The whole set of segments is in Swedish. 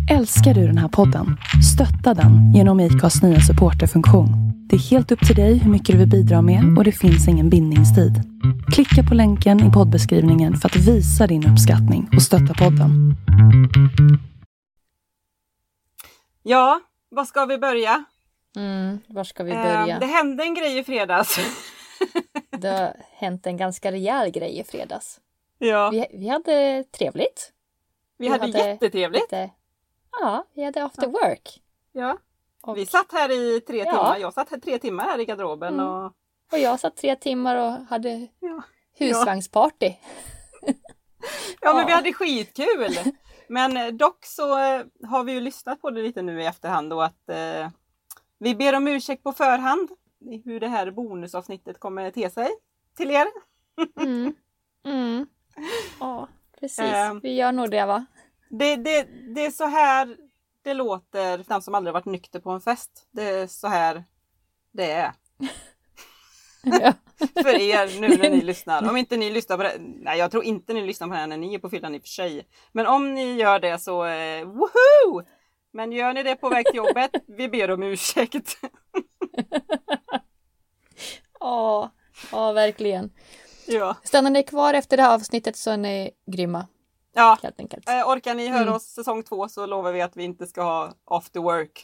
Älskar du den här podden? Stötta den genom IKAs nya supporterfunktion. Det är helt upp till dig hur mycket du vill bidra med och det finns ingen bindningstid. Klicka på länken i poddbeskrivningen för att visa din uppskattning och stötta podden. Ja, var ska vi börja? Var ska vi börja? Det hände en grej i fredags. Det har hänt en ganska rejäl grej i fredags. Ja. Vi hade trevligt. Vi hade jättetrevligt. Vi hade after work. Ja. Och vi satt här i 3 timmar. Jag satt här 3 timmar här i garderoben. Och jag satt 3 timmar och hade husvagnsparty. Ja, men vi hade skitkul. Men dock så har vi ju lyssnat på det lite nu i efterhand. Och att vi ber om ursäkt på förhand. Hur det här bonusavsnittet kommer te sig till er. Ja, precis. Vi gör nog det, va? Det är så här det låter för den som aldrig varit nykter på en fest. Det är så här det är. Ja. För er nu när ni lyssnar. Om inte ni lyssnar på det. Nej, jag tror inte ni lyssnar på det när ni är på fyllan i och för sig. Men om ni gör det så woohoo! Men gör ni det på väg till jobbet, vi ber om ursäkt. Ja, verkligen. Ja. Stannar ni kvar efter det här avsnittet så är ni grymma. Ja, helt enkelt. Orkar ni höra oss säsong 2 så lovar vi att vi inte ska ha after work.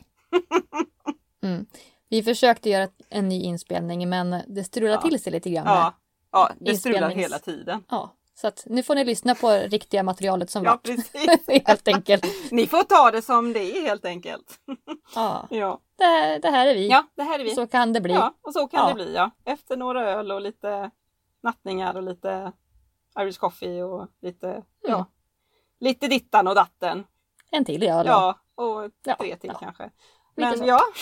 Vi försökte göra en ny inspelning men det strular till sig lite grann. Ja, det strular hela tiden. Ja, så att nu får ni lyssna på riktiga materialet som var. Precis. Helt enkelt. Ni får ta det som det är helt enkelt. Ja. Det här är vi. Ja, det här är vi. Så kan det bli. Ja, och så kan det bli, ja. Efter några öl och lite nattningar och lite Irish coffee och lite, lite dittan och datten. En till, ja. Ja, och 3 till kanske. Men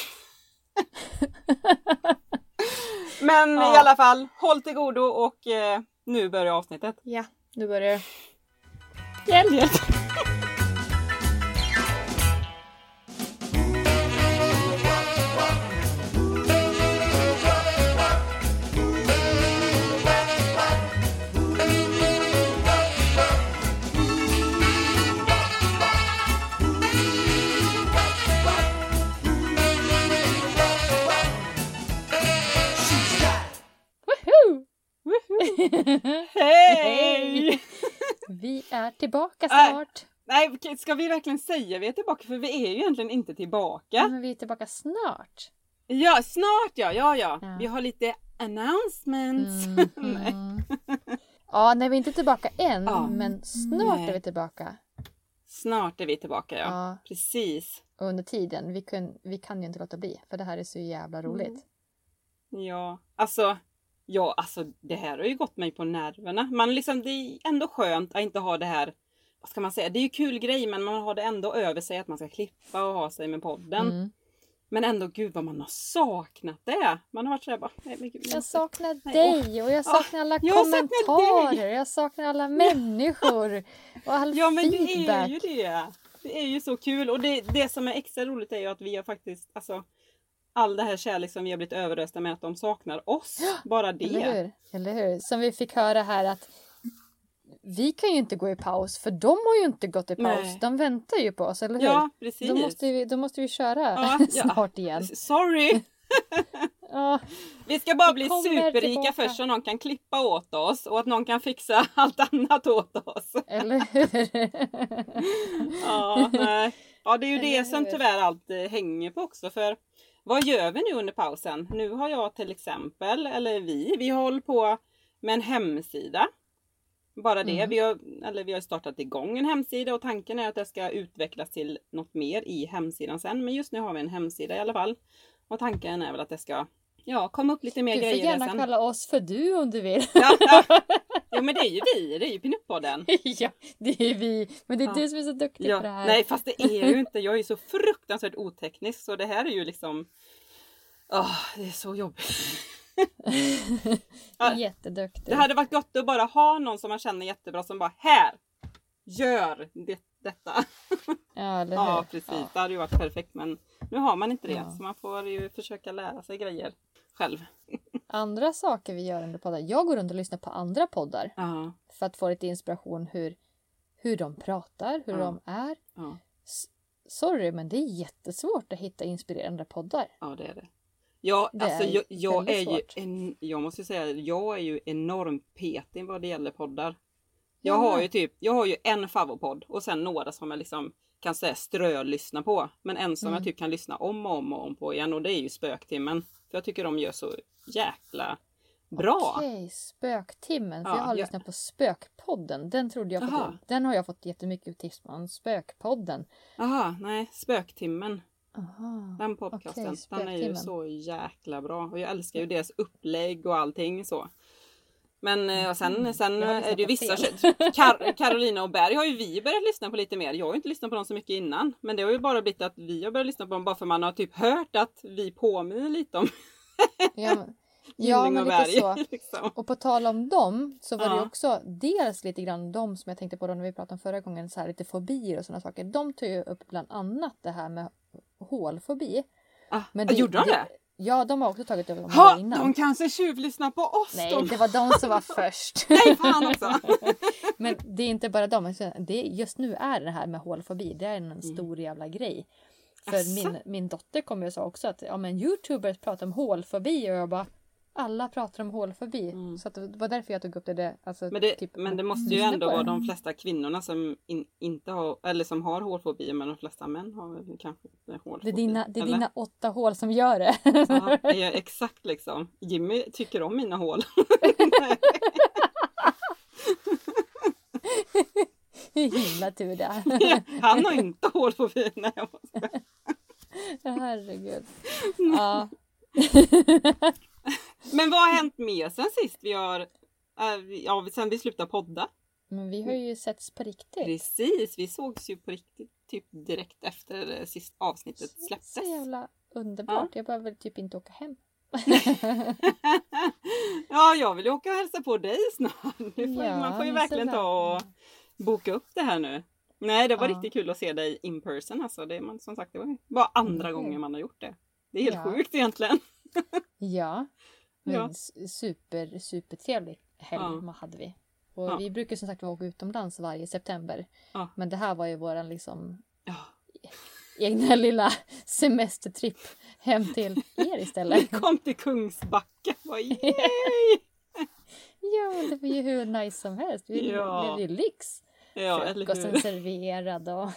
Men i alla fall, håll till godo och nu börjar avsnittet. Ja, nu börjar Hjälp! Hej! Vi är tillbaka snart. Nej, ska vi verkligen säga vi är tillbaka? För vi är ju egentligen inte tillbaka. Men vi är tillbaka snart. Ja, snart ja. Vi har lite announcements. Nej, vi är inte tillbaka än. Men snart är vi tillbaka. Snart är vi tillbaka, ja. Precis. Och under tiden, vi kan ju inte låta bli. För det här är så jävla roligt. Ja, alltså det här har ju gått mig på nerverna. Det är ändå skönt att inte ha det här, vad ska man säga, det är ju kul grej men man har det ändå över sig att man ska klippa och ha sig med podden. Men ändå, gud vad man har saknat det. Man har varit sådär bara, nej men gud. Jag saknar dig och jag saknar alla kommentarer. Jag saknar alla människor och all feedback. Ja men det är ju det. Det är ju så kul och det som är extra roligt är ju att vi har faktiskt, all det här kärlek som vi har blivit överrösta med att de saknar oss. Bara det. Eller hur? Som vi fick höra här att vi kan ju inte gå i paus. För de har ju inte gått i paus. Nej. De väntar ju på oss, eller hur? Ja, precis. Då måste vi köra snart igen. Sorry! Vi ska bara bli superrika först så någon kan klippa åt oss. Och att någon kan fixa allt annat åt oss. Eller hur? Det är ju det som tyvärr allt hänger på också. För vad gör vi nu under pausen? Nu har jag till exempel, eller vi håller på med en hemsida. Bara det. Vi har startat igång en hemsida och tanken är att det ska utvecklas till något mer i hemsidan sen. Men just nu har vi en hemsida i alla fall. Och tanken är väl att det ska komma upp lite mer grejer sen. Du får gärna kalla oss för du om du vill. Ja, men det är ju vi. Det är ju Pinup-podden. Ja, det är vi. Men det är du som är så duktig på det här. Nej, fast det är ju inte. Jag är ju så fruktansvärt oteknisk. Så det här är ju liksom... det är så jobbigt. Jätteduktig. Det hade varit gott att bara ha någon som man känner jättebra som bara, här, gör detta. Ja, eller hur? Ja, precis. Det hade ju varit perfekt, men nu har man inte det. Så man får ju försöka lära sig grejer själv. Andra saker vi gör under poddar. Jag går runt och lyssnar på andra poddar. För att få lite inspiration hur de pratar, hur de är. sorry, men det är jättesvårt att hitta inspirerande poddar. Ja, det är det. Ja, Det alltså är jag är ju väldigt jag måste säga, jag är ju enormt petig vad det gäller poddar. Jag har ju en favoritpodd och sen några som jag liksom kan säga strölyssna på. Men en som jag typ kan lyssna om och om på igen, och det är ju Spöktimmen. För jag tycker de gör så jäkla bra. Okej, Spöktimmen. För Ja, jag har lyssnat på Spökpodden. Den trodde jag Aha. på. Den har jag fått jättemycket tips om. Spökpodden. Aha, nej, Spöktimmen. Aha. Den podcasten, Okej, den är ju Spöktimmen. så jäkla bra. Och jag älskar ju deras upplägg och allting så. Men och sen Jag har är det ju lyssnat vissa... på Carolina och Berg har ju vi börjat lyssna på lite mer. Jag har ju inte lyssnat på dem så mycket innan. Men det har ju bara blivit att vi har börjat lyssna på dem bara för man har typ hört att vi påminner lite om Ja, Gylling men och lite Berg. så. Liksom. Och på tal om dem så var det Ja. ju också dels lite grann de som jag tänkte på då när vi pratade om förra gången, så här lite fobier och sådana saker. De tog ju upp bland annat det här med hålfobi. Men gjorde de det? Ja, de har också tagit upp det Ha, innan. de kanske tjuvlyssnar på oss. Nej, det var de som var först. Nej, fan också. Men det är inte bara dem. Just nu är det här med hålfobi, det är en stor jävla grej. För Asså? min dotter kom ju och sa också att YouTubers pratar om hålfobi, och jag bara, alla pratar om hålfobi. Så att det var därför jag tog upp det. Alltså, Men det måste ju lyssna ändå på vara det. de flesta kvinnorna som inte har, eller som har hårfobi, men de flesta män har väl kanske inte hårfobi. Det är dina 8 hål som gör det. Ja, exakt liksom. Jimmy tycker om mina hål. Himla tur det. Han har inte hårfobi. Nej, jag måste. Herregud. Ja. Men vad har hänt mer sen sist vi har, sen vi slutade podda? Men vi har ju setts på riktigt. Precis, vi sågs ju på riktigt typ direkt efter sista avsnittet släpptes. Så jävla underbart. Jag behöver typ inte åka hem. Ja, jag vill ju åka och hälsa på dig snart. Man får ju men verkligen så ta och boka upp det här nu. Nej, det var Ja. riktigt kul att se dig in person. Alltså. Som sagt, det var bara andra gången man har gjort det. Det är helt sjukt egentligen. Ja. Men Ja. super trevlig helg hade vi. Och vi brukar som sagt åka utomlands varje september. Ja. Men det här var ju våran liksom Ja. egna lilla semestertripp hem till er istället. Vi kom till Kungsbacka. Yay! Ja, men det var ju hur nice som helst. Vi blev ju lyx. Ja, eller Frukosten hur? serverad och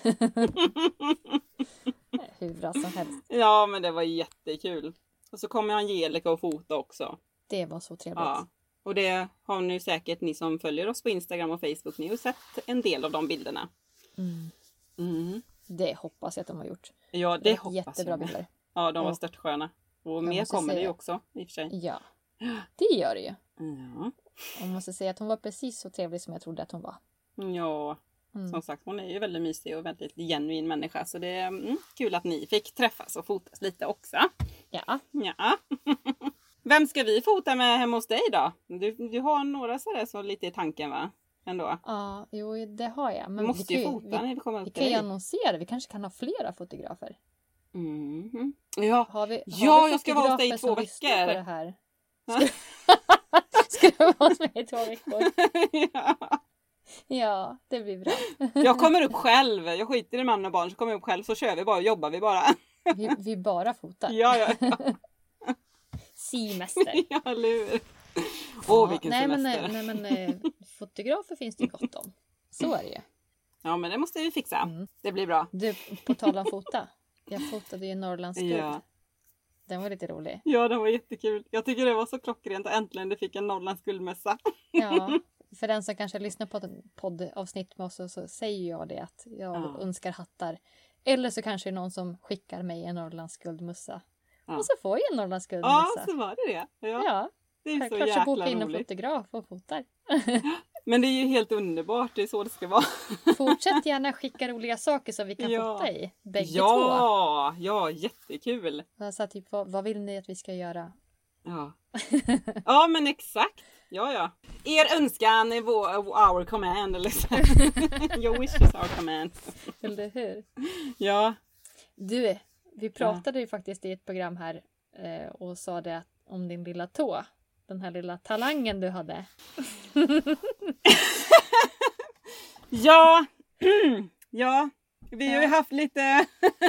hur bra som helst. Ja, men det var jättekul. Och så kommer Angelica och fota också. Det var så trevligt. Ja. Och det har nu säkert ni som följer oss på Instagram och Facebook. Ni har sett en del av de bilderna. Mm. Det hoppas jag att de har gjort. Ja, det var hoppas jättebra jag. bilder. Ja, de var störtsköna. Och mer måste kommer det ju säga. också i och för sig. Ja, det gör det ju. Ja. Jag måste säga att hon var precis så trevlig som jag trodde att hon var. Ja, som sagt, hon är ju väldigt mysig och väldigt genuin människa. Så det är kul att ni fick träffas och fotas lite också. Ja. Ja. Vem ska vi fota med hemma hos dig då? Du har några sådär så lite i tanken, va? Ändå. Ja, jo det har jag. Men Måste ju fota när vi kommer vi upp kan ju dig. annonsera. Vi kanske kan ha flera fotografer. Mhm. Ja, Har vi jag ska vara hos dig i fotografer 2 som lyssnar på det veckor. här? Ska du vara hos mig i 2 veckor? Ja. Ja, det blir bra. Jag kommer upp själv. Jag skiter i man och barn, så kommer jag upp själv, så kör vi bara, jobbar vi bara. Vi bara fotar. Ja. Semester. Ja, eller hur? Åh, vilken nej, semester. men fotografer finns det gott om. Så är det ju. Ja, men det måste vi fixa. Det blir bra. Du, på tal om fota. Jag fotade ju Norrlandsguld. Ja. Den var lite rolig. Ja, det var jättekul. Jag tycker det var så klockrent och äntligen det fick en Norrlands guldmässa. Ja, för den som kanske lyssnar på ett poddavsnitt med oss så säger jag det att jag önskar hattar. Eller så kanske det är någon som skickar mig en Norrlands guldmössa. Och så får jag en Norrlands guldmössa. Ja, så var det. Ja. Det är så Självklart så jäkla bokar in en roligt. fotograf och fotar. Men det är ju helt underbart, det är så det ska vara. Fortsätt gärna skicka roliga saker så vi kan fota i. Bägge två. Ja, jättekul. Så typ, vad vill ni att vi ska göra? Ja, ja men exakt. Ja. Er önskan är our command. Eller så. Your wish is our command. Eller hur? Ja. Du, vi pratade ju faktiskt i ett program här och sa det om din lilla tå. Den här lilla talangen du hade. Ja. Ja. Vi har ju haft lite...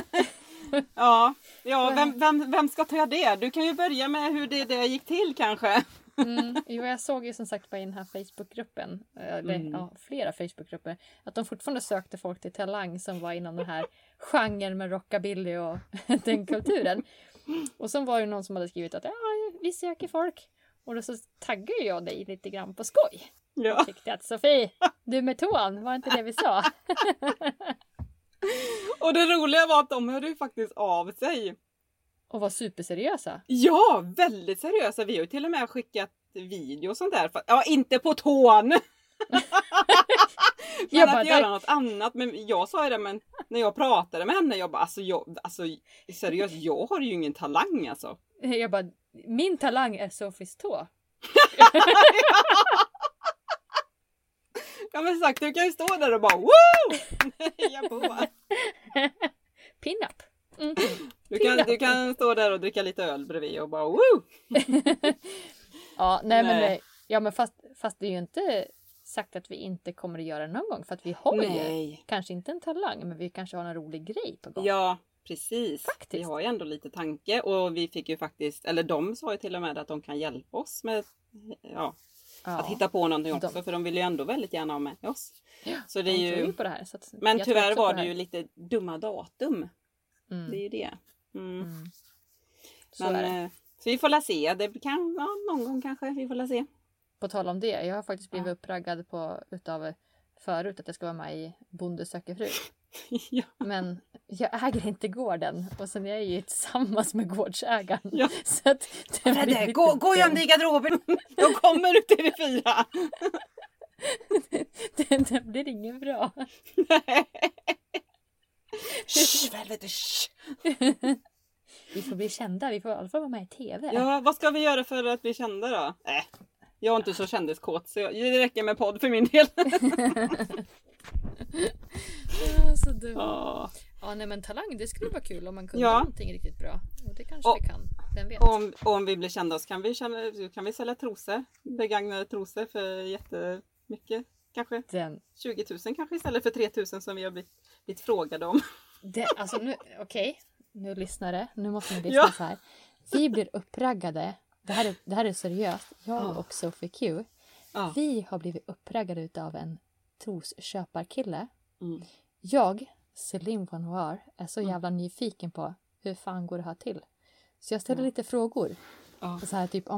vem ska ta det? Du kan ju börja med hur det gick till kanske. Jo, jag såg ju som sagt bara i den här Facebookgruppen, flera Facebookgrupper, att de fortfarande sökte folk till talang som var inom den här genren med rockabilly och den kulturen. Och så var det någon som hade skrivit att vi söker folk. Och då så taggade jag dig lite grann på skoj. Ja. Jag tyckte att Sofie, du med tån, var inte det vi sa? Och det roliga var att de hörde ju faktiskt av sig. Och var superseriösa. Ja, väldigt seriösa. Vi har ju till och med skickat video och sånt där. Ja, inte på tån. Men att göra något annat. Men jag sa ju det, men när jag pratade med henne, jag bara, seriöst, jag har ju ingen talang alltså. Jag bara, min talang är Sofies tå. Ja men sagt, du kan ju stå där och bara woo! Heja på. Pin-up. Du kan stå där och dricka lite öl bredvid och bara woo! Ja, men fast det är ju inte sagt att vi inte kommer att göra det någon gång. För att vi har ju kanske inte en talang, men vi kanske har en rolig grej på gång. Ja, precis. Faktiskt. Vi har ju ändå lite tanke och vi fick ju faktiskt, eller de sa ju till och med att de kan hjälpa oss med att hitta på någonting också. För de vill ju ändå väldigt gärna ha med oss. Ja, så det är ju... på det här, så att men tyvärr var det ju lite dumma datum. Det är ju det. Så är det. Så vi får la se. Det kan någon gång kanske. Vi får la se. På tal om det. Jag har faktiskt blivit uppraggad utav förut att jag ska vara med i Bonde söker fru. Ja. Men jag äger inte gården. Och sen är jag ju tillsammans med gårdsägaren. Ja. Så att gå göm dig i garderoben. De kommer ut till fyra. Det blir inget bra. Shh, helvete, shh. Vi får bli kända. Vi får i alla fall vara med i tv. Ja, vad ska vi göra för att bli kända då? Jag är inte så kändiskåt så det räcker med podd för min del. Så du. Ja, nej men talang, det skulle vara kul om man kunde någonting riktigt bra. Och det kanske vi kan. Vem vet? Om vi blir kända så kan vi sälja trosor. Begagnade trosor för jättemycket. Kanske 20 000 kanske istället för 3 000 som vi har blivit frågade om. Alltså nu, okej. Nu lyssnare. Nu måste ni lyssna så här. Vi blir uppraggade. Det här är seriöst. Jag och Sophie Q. Vi har blivit uppraggade utav en trosköparkille. Jag, Celine von Noir, är så jävla nyfiken på hur fan går det här till. Så jag ställer lite frågor. Så här typ,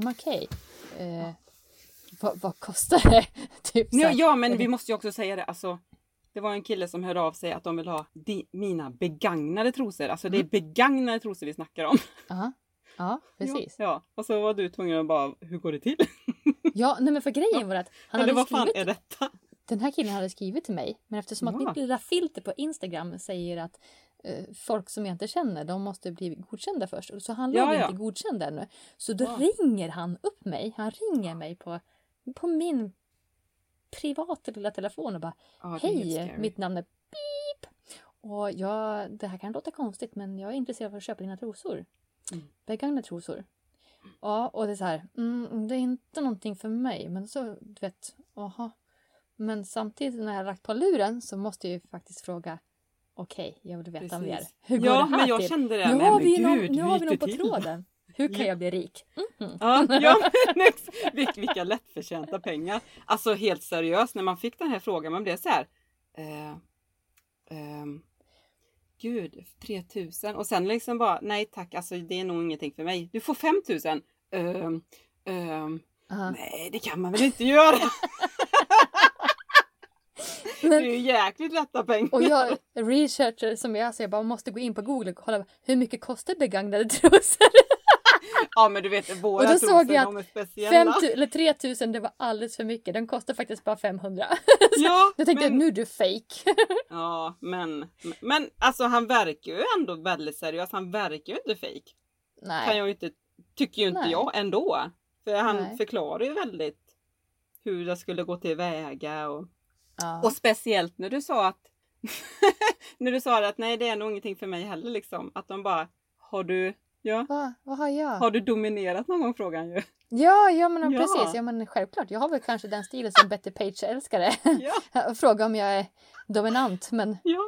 vad kostar det? Typ så här. Ja, men vi måste ju också säga det. Alltså, det var en kille som hörde av sig att de vill ha mina begagnade trosor. Alltså det är begagnade trosor vi snackar om. Ja, precis. Ja, och så var du tvungen att bara, hur går det till? Ja, nej men för grejen var att han hade vad skrivit... fan är detta? Den här killen hade skrivit till mig. Men eftersom att mitt lilla filter på Instagram säger att folk som jag inte känner, de måste bli godkända först. Så han låg inte godkänd ännu. Så då ringer han upp mig. Han ringer mig på min privata lilla telefon och bara hej, mitt namn är Beep. Och det här kan låta konstigt, men jag är intresserad av att köpa dina trosor. Begagnade trosor. Ja, och det är så här, det är inte någonting för mig, men så, du vet, Men samtidigt när jag har lagt på luren så måste jag ju faktiskt fråga, okej, jag vill veta mer. Hur går det här men jag till? kände det. Nu har vi någon på tråden. Hur kan jag bli rik? Vilka lättförtjänta pengar. Alltså helt seriöst, när man fick den här frågan, man blev så här, gud, 3 000. Och sen liksom bara, nej tack, alltså det är nog ingenting för mig. Du får 5 000. Nej, det kan man väl inte göra. Det är ju jäkligt lätta pengar. Och jag researcher som jag bara måste gå in på Google och kolla hur mycket kostar begagnade trosor. Ja, men du vet, våra trosor, såg jag de är speciella. 3 000, det var alldeles för mycket. Den kostar faktiskt bara 500. Ja, jag tänkte, nu är du fake. Ja, men alltså han verkar ju ändå väldigt seriös. Han verkar ju inte fake. Nej. Kan jag ju inte, tycker ju inte jag ändå. För han förklarar ju väldigt hur det skulle gå till väga och speciellt när du sa att nej, det är nog ingenting för mig heller liksom. Att de bara, har du vad har jag? Har du dominerat någon gång, frågan ju? Ja, men precis. Ja, men självklart. Jag har väl kanske den stilen som Betty Page älskare. Fråga om jag är dominant, men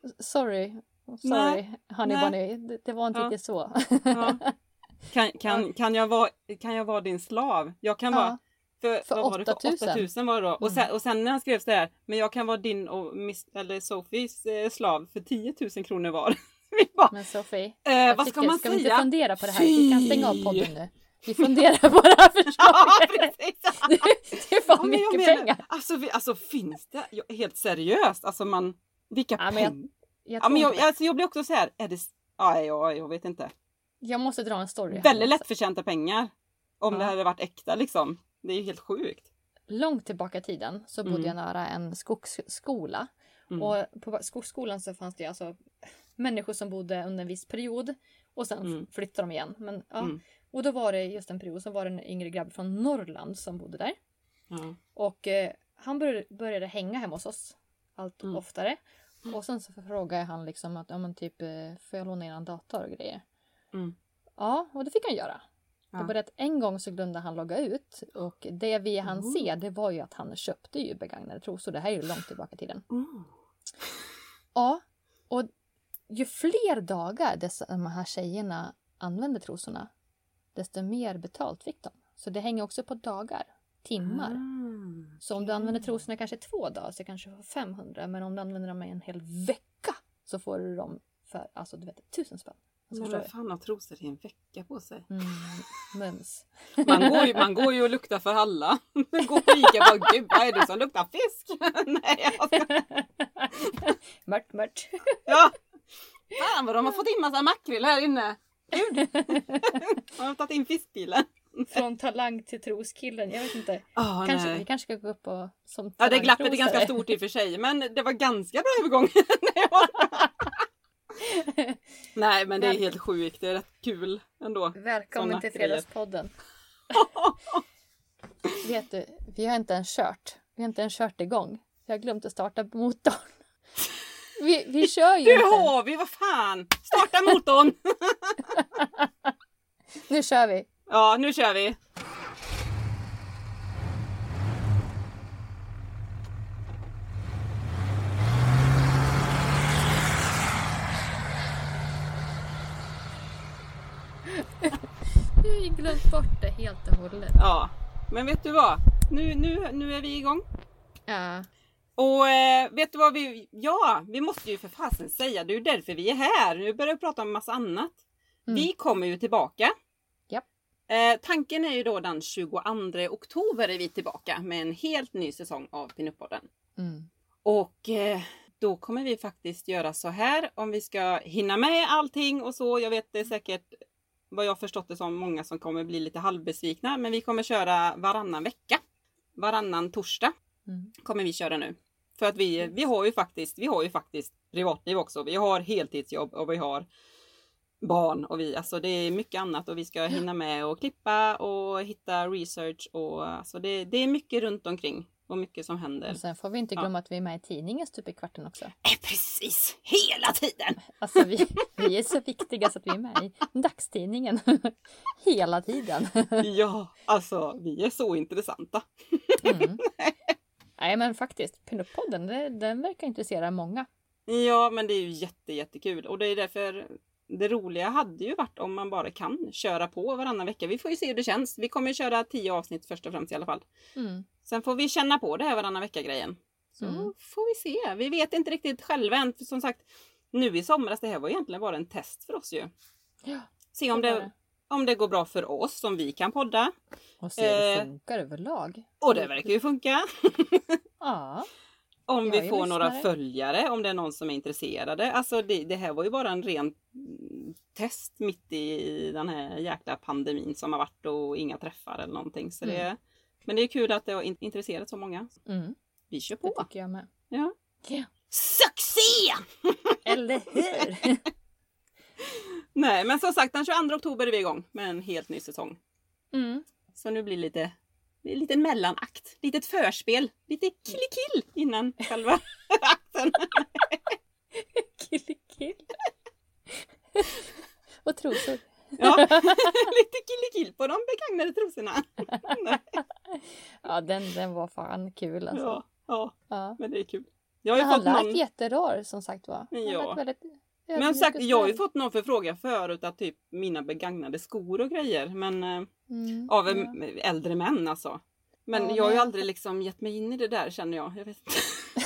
Sorry honey bunny. Det var inte riktigt så. Ja. Kan jag vara din slav? Jag kan vara... För 8 000 var det då. Och sen när han skrev så här, men jag kan vara din och eller Sofies slav för 10 000 kronor var. Men Sofie, vad ska man säga? Ska vi inte fundera på det här? Vi kan stänga av podden nu. Vi funderar på det här förslaget. Ja, precis. Det är fan mycket pengar. Alltså finns det? Helt seriöst. Alltså vilka pengar? Jag blir också så här. Är det... jag vet inte. Jag måste dra en story. Väldigt lättförtjänta pengar. Om det hade varit äkta liksom. Det är ju helt sjukt. Långt tillbaka i tiden så bodde jag nära en skogsskola. Och på skogsskolan så fanns det alltså människor som bodde under en viss period. Och sen flyttade de igen. Men, och då var det just en period så var det en yngre grabb från Norrland som bodde där. Och han började hänga hemma hos oss allt oftare. Och sen så frågade han liksom att får jag låna in en dator och grejer. Ja, och det fick han göra. Det var att en gång så glömde han logga ut. Och det vi hann se, det var ju att han köpte ju begagnade trosor. Det här är ju långt tillbaka i tiden. Ja, och ju fler dagar de här tjejerna använde trosorna, desto mer betalt fick de. Så det hänger också på dagar, timmar. Så om du använder trosorna kanske 2 dagar så kanske du får 500. Men om du använder dem i en hel vecka så får du dem för, alltså du vet, 1000 spänn. Men vad fan har trosor i en vecka på sig? Mums. Man går ju och luktar för alla. Man går på Ica och bara, gud vad är det som luktar fisk? Nej, Mört. Ja. Fan vad de har fått in massa makrill här inne. Gud. Man har tagit in fiskbilen. Från talang till troskillen, jag vet inte. Vi kanske ska gå upp och som ja, det glappet är ganska stort i och för sig. Men det var ganska bra övergång. Nej, men det är helt sjukt. Det är rätt kul ändå. Välkommen till Fredagspodden. Vet du, vi har inte ens kört igång. Jag har glömt att starta motorn. Vi kör ju du inte. Har vi, vad fan. Starta motorn. Nu kör vi. Ja, nu kör vi. Jag har glömt bort det helt och hållet. Ja, men vet du vad? Nu är vi igång. Ja. Och vet du vad vi måste ju för fasen säga, det är ju därför vi är här. Nu börjar vi prata om massa annat. Vi kommer ju tillbaka. Japp. Tanken är ju då den 22 oktober är vi tillbaka med en helt ny säsong av Pinup-podden. Och då kommer vi faktiskt göra så här, om vi ska hinna med allting och så. Jag vet det är säkert, vad jag förstått det som, många som kommer bli lite halvbesvikna. Men vi kommer köra varannan vecka. Varannan torsdag kommer vi köra nu. För att vi har ju faktiskt privatliv också. Vi har heltidsjobb och vi har barn. Och alltså det är mycket annat. Och vi ska hinna med och klippa och hitta research. Och alltså det är mycket runt omkring. Och mycket som händer. Och sen får vi inte glömma att vi är med i tidningen stup i kvarten också. Precis, hela tiden. Alltså vi är så viktiga så att vi är med i dagstidningen. Hela tiden. Ja, alltså vi är så intressanta. Nej men faktiskt, Pinup-podden den verkar intressera många. Ja, men det är ju jättekul. Och det är därför det roliga hade ju varit om man bara kan köra på varannan vecka. Vi får ju se hur det känns. Vi kommer ju köra 10 avsnitt först och främst i alla fall. Sen får vi känna på det här varannan vecka-grejen. Så får vi se. Vi vet inte riktigt själva än. För som sagt, nu i somras, det här var egentligen bara en test för oss ju. Ja, se om det går bra för oss, som vi kan podda. Och se hur det funkar överlag. Och det verkar ju funka. Ja. Om vi får några följare, om det är någon som är intresserade. Alltså det här var ju bara en ren test mitt i den här jäkla pandemin som har varit och inga träffar eller någonting. Så men det är kul att det har intresserat så många. Vi kör på. Det tycker jag med. Ja. Succé! Eller hur? Nej, men som sagt, den 22 oktober är vi igång med en helt ny säsong. Så nu blir det lite mellanakt. Litet förspel. Lite kill innan själva akten. Kill. Och trosor. Ja, lite kill på de begagnade trosorna. Ja, den var fan kul alltså. Ja, men det är kul. Jag har ju han fått någon... lät jätterar som sagt va. Ja. Väldigt... Men sagt, jag har ju fått någon förfråga förut att typ mina begagnade skor och grejer. Men av äldre män alltså. Men jag har ju aldrig liksom gett mig in i det där känner jag. Jag vet inte.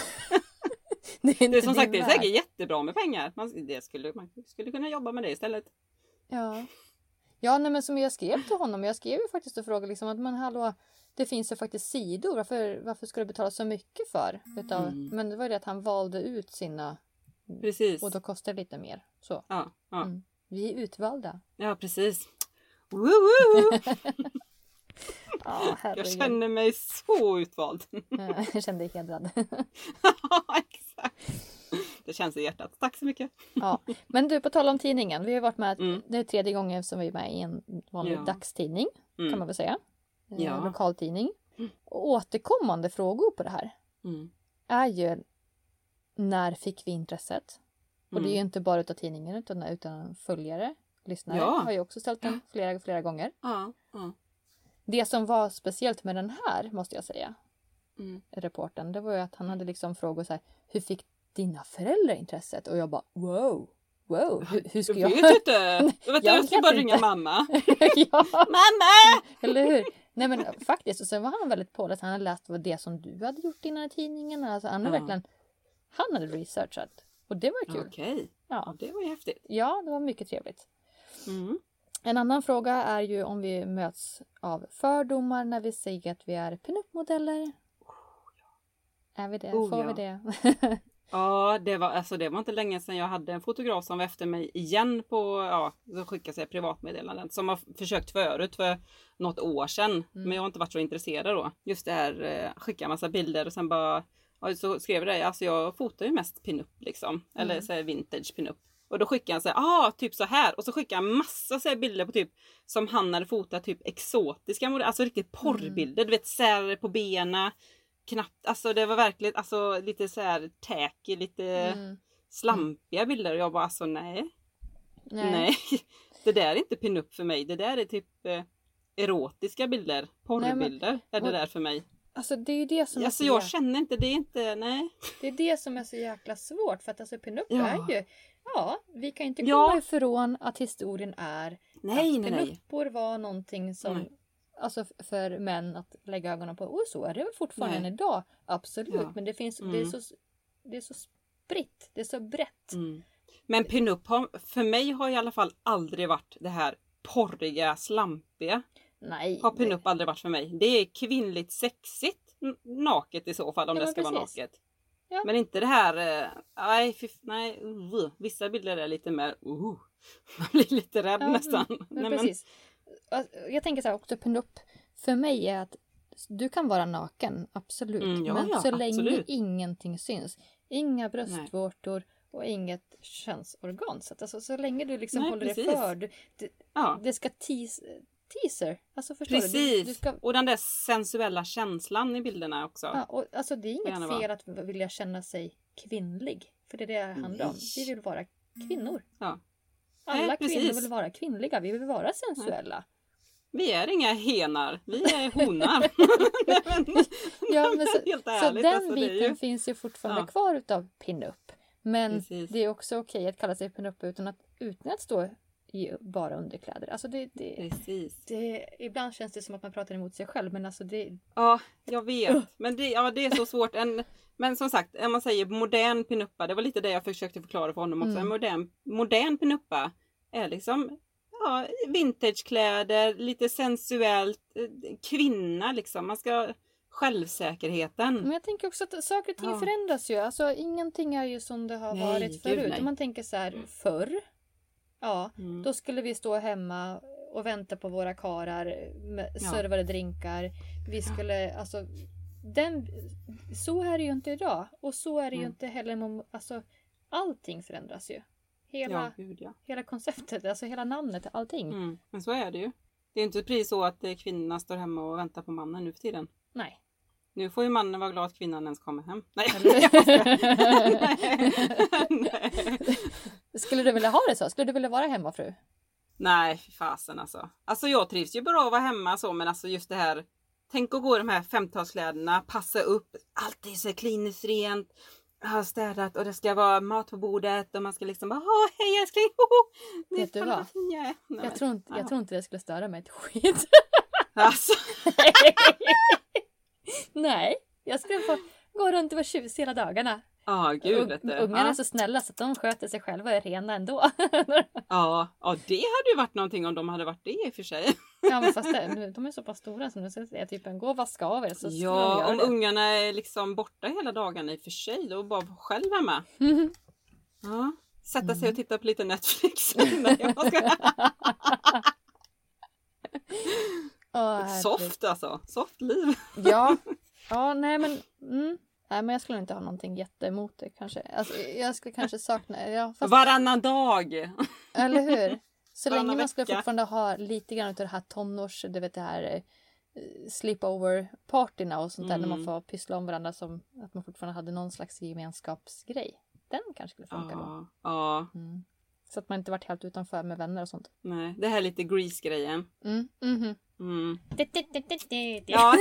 det är som sagt, det är säkert jättebra med pengar. Man skulle kunna jobba med det istället. Ja. Ja, nej, men som jag skrev till honom. Jag skrev ju faktiskt och frågade liksom att men hallå, det finns ju faktiskt sidor. Varför ska du betala så mycket för? Men det var det att han valde ut sina. Precis. Och då kostar det lite mer. Så. Ja. Vi är utvalda. Ja, precis. Woo! Ja, jag känner mig så utvald. Jag kände mig hedrad. Ja, exakt. Det känns i hjärtat. Tack så mycket. Ja, men du, på tal om tidningen. Vi har varit med, det är 3:e gången som vi är med i en vanlig dagstidning. Kan man väl säga. Lokaltidning. Och återkommande frågor på det här. Är ju, när fick vi intresset? Och det är ju inte bara utav tidningen utan följare, lyssnare. Har ju också ställt den flera gånger. Det som var speciellt med den här, måste jag säga. Reporten, det var ju att han hade liksom frågor så här. Hur fick dina föräldrar intresset? Och jag bara, wow. Hur ska jag... vet inte. Jag ska bara ringa mamma. Mamma! Eller hur? Nej men faktiskt. Och sen var han väldigt påläst. Han hade läst vad det som du hade gjort innan i tidningen. Alltså han hade verkligen... Han hade researchat. Och det var kul. Okej. Ja, det var ju häftigt. Ja, det var mycket trevligt. En annan fråga är ju om vi möts av fördomar när vi säger att vi är pin-up-modeller. Är vi det? Får vi det? Ja, det var inte länge sedan jag hade en fotograf som var efter mig igen på, så skickade sig privatmeddelanden. Som har försökt förut för något år sedan. Men jag har inte varit så intresserad då. Just det här, skicka en massa bilder och sen bara, så skrev det, alltså jag fotar ju mest pinup liksom. Eller så här vintage pinup. Och då skickade han så här, typ så här. Och så skickade han massa så här bilder på typ, som han hade fotat typ exotiska modeller. Alltså riktigt porrbilder, du vet, sär på benen. Knappt, alltså det var verkligen lite så här tacky, lite slampiga bilder och jag bara alltså nej. Det där är inte pinup för mig, det där är typ erotiska bilder, porrbilder är det där för mig. Alltså det är ju det som alltså jag känner inte, det är inte, nej. Det är det som är så jäkla svårt för att alltså pinup är ju, vi kan inte komma ifrån att historien är att pinuppor var någonting som alltså för män att lägga ögonen på. Och så är det fortfarande än idag. Absolut. Men det finns det är så spritt. Det är så brett. Men pinup för mig har i alla fall aldrig varit det här porriga, slampiga. Nej. Har pinup aldrig varit för mig. Det är kvinnligt sexigt naket i så fall om det ska vara naket. Ja. Men inte det här vissa bilder är lite mer man blir lite rädd nästan. Men precis. Jag tänker så här också, pinup för mig är att du kan vara naken, absolut. Men så länge ingenting syns. Inga bröstvårtor och inget könsorgan. Så, att, alltså, så länge du liksom håller dig för. Det ska teaser. Alltså förstår precis. Du ska... Och den där sensuella känslan i bilderna också. Ja, och, alltså det är inget fel att vilja känna sig kvinnlig. För det är det det handlar om. Vi vill vara kvinnor. Ja. Alla kvinnor vill vara kvinnliga. Vi vill vara sensuella. Vi är inga henar. Vi är honar. Men så den alltså, biten finns ju fortfarande kvar utav pinup. Men det är också okej att kalla sig pinup utan att stå i bara underkläder. Alltså ibland känns det som att man pratar emot sig själv. Men alltså det... Ja, jag vet. Men det är så svårt. Men som sagt, om man säger modern pinuppa. Det var lite det jag försökte förklara för honom också. En modern pinuppa är liksom... Ja, vintagekläder, lite sensuellt, kvinna liksom, man ska självsäkerheten. Men jag tänker också att saker och ting förändras ju, alltså ingenting är ju som det har varit förut. Om man tänker så här, förr, då skulle vi stå hemma och vänta på våra karar med servade drinkar. Vi skulle, alltså, så är det ju inte idag. Och så är det ju inte heller, alltså allting förändras ju. Hela konceptet, alltså hela namnet, allting. Men så är det ju. Det är inte precis så att kvinnorna står hemma och väntar på mannen nu för tiden. Nej. Nu får ju mannen vara glad att kvinnan ens kommer hem. Nej. Skulle du vilja ha det så? Skulle du vilja vara hemmafru? Nej, för fasen alltså. Alltså jag trivs ju bra att vara hemma så, men alltså just det här. Tänk att gå i de här 50-talskläderna, passa upp, allt är så kliniskt rent. har städat och det ska vara mat på bordet och man ska liksom bara hej älskling. Vet du vad? Jag tror inte det skulle störa mig ett skit. Alltså. Nej, jag skulle få gå runt och vara tjusig hela dagarna. Gud vet du. Ungarna är så snälla så att de sköter sig själva och är rena ändå. Ja, det hade ju varit någonting om de hade varit det i och för sig. Ja, men fast de är så pass stora så nu är jag typ gå och vaska av er. Så ja, om ungarna är liksom borta hela dagen i och för sig då bara själv hemma. Ja, sätta sig och titta på lite Netflix. Soft alltså, soft liv. Ja, nej men nej, men jag skulle inte ha någonting jätteemot det kanske. Alltså, jag skulle kanske sakna... Varannan dag! Eller hur? Så Varannan länge man skulle vecka. fortfarande ha lite grann av det här tonårs... Du vet det här sleepover-partyna och sånt där. När man får pyssla om varandra som att man fortfarande hade någon slags gemenskapsgrej. Den kanske skulle funka då. Ja. Så att man inte varit helt utanför med vänner och sånt. Nej, det här är lite Grease-grejen. Ja.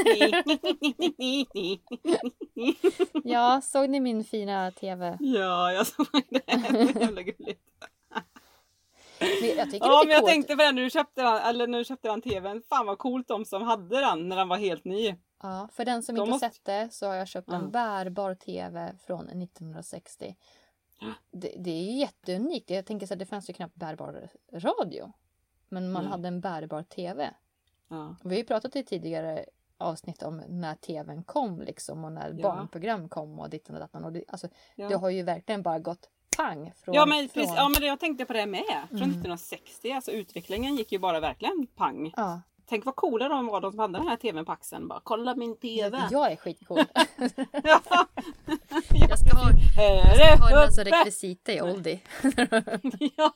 Ja, såg ni min fina tv? Ja, jag såg det. Det är jävla gulligt. Jag tycker men det är jag coolt. tänkte på det när du köpte den tvn. Fan vad coolt de som hade den när den var helt ny. Ja, för den som inte sett det så har jag köpt en bärbar tv från 1960. Det är ju jätteunikt. Jag tänker så att det fanns ju knappt bärbar radio. Men man hade en bärbar tv. Ja. Vi har ju pratat i tidigare avsnitt om när tvn kom liksom. Och när barnprogram kom och ditt och datan. Och det har ju verkligen bara gått pang. Men jag tänkte på det med. Från 1960. Alltså utvecklingen gick ju bara verkligen pang. Ja. Tänk vad coola de var, de som hade den här tvn på axeln. Bara, kolla min tv. Jag är skitcool. Ja. Jag ska ha en massa rekvisita i oldie. Ja.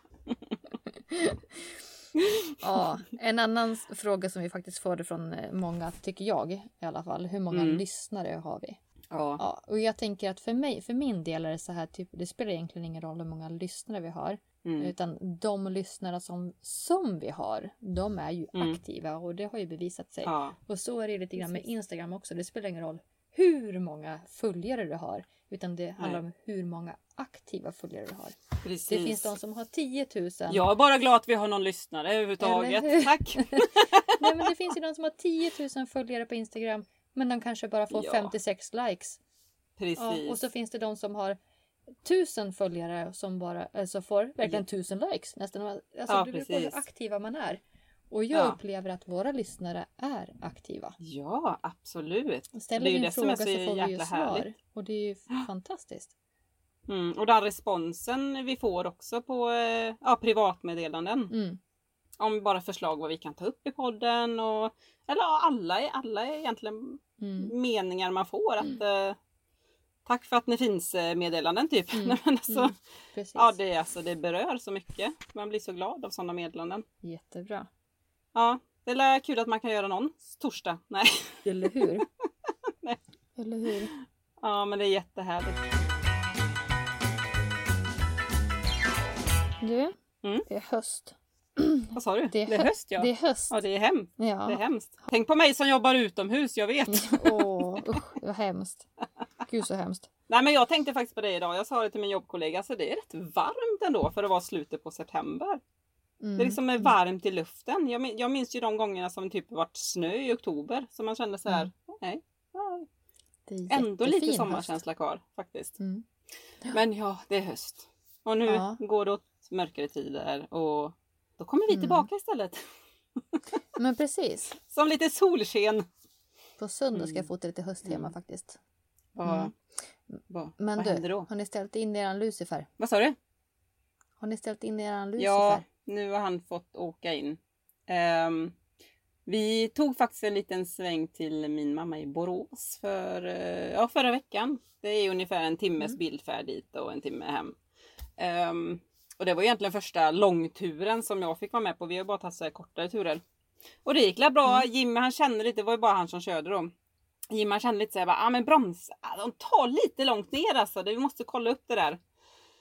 Ja, en annan fråga som vi faktiskt får från många, tycker jag i alla fall. Hur många lyssnare har vi? Ja, och jag tänker att för min del är det så här, typ, det spelar egentligen ingen roll hur många lyssnare vi har. Utan de lyssnare som vi har, de är ju aktiva och det har ju bevisat sig. Ja. Och så är det lite grann med Instagram också. Det spelar ingen roll hur många följare du har, utan det handlar om hur många aktiva följare du har. Precis. Det finns de som har 10 000. Jag är bara glad att vi har någon lyssnare överhuvudtaget. Tack! Nej, men det finns ju de som har 10 000 följare på Instagram, men de kanske bara får 56 likes. Precis. Ja, och så finns det de som har 1000 följare som bara får verkligen 1000 likes. Nästan. Alltså, det beror på hur aktiva man är. Och jag upplever att våra lyssnare är aktiva. Ja, absolut. Ställer vi en fråga så får vi ju svar. Och det är ju fantastiskt. Och den responsen vi får också på privatmeddelanden. Om bara förslag vad vi kan ta upp i podden. Eller alla egentligen meningar man får. Att, tack för att ni finns meddelanden typ. Det berör så mycket. Man blir så glad av sådana meddelanden. Jättebra. Ja, det är kul att man kan göra någon torsdag. Nej. Eller hur? Nej. Eller hur? Ja, men det är jättehärligt. Du, det är höst. Vad sa du? Det är höst, ja. Det är höst. Ja, det är hemskt. Ja. Det är hemskt. Tänk på mig som jobbar utomhus, jag vet. Usch, vad hemskt. Gud så hemskt. Nej, men jag tänkte faktiskt på det idag. Jag sa det till min jobbkollega. Så det är rätt varmt ändå för att vara slutet på september. Det liksom är varmt i luften. Jag minns ju de gångerna som typ varit snö i oktober. Så man kände så här, nej. Det är ändå lite sommarkänsla kvar faktiskt. Men ja, det är höst. Och nu går det åt mörkare tider. Och då kommer vi tillbaka istället. Men precis. Som lite solsken. På söndag ska jag få till lite hösttema faktiskt. Men vad händer då? Har ni ställt in eran Lucifer? Vad sa du? Har ni ställt in eran Lucifer? Ja, nu har han fått åka in. Vi tog faktiskt en liten sväng till min mamma i Borås förra veckan. Det är ungefär en timmes bilfärd dit och en timme hem. Och det var egentligen första långturen som jag fick vara med på. Vi har bara tagit så här kortare turer. Och det gick bra. Jimmy han kände lite, det var ju bara han som körde då. Jimmy han kände lite så här, men broms, de tar lite långt ner alltså. Vi måste kolla upp det där.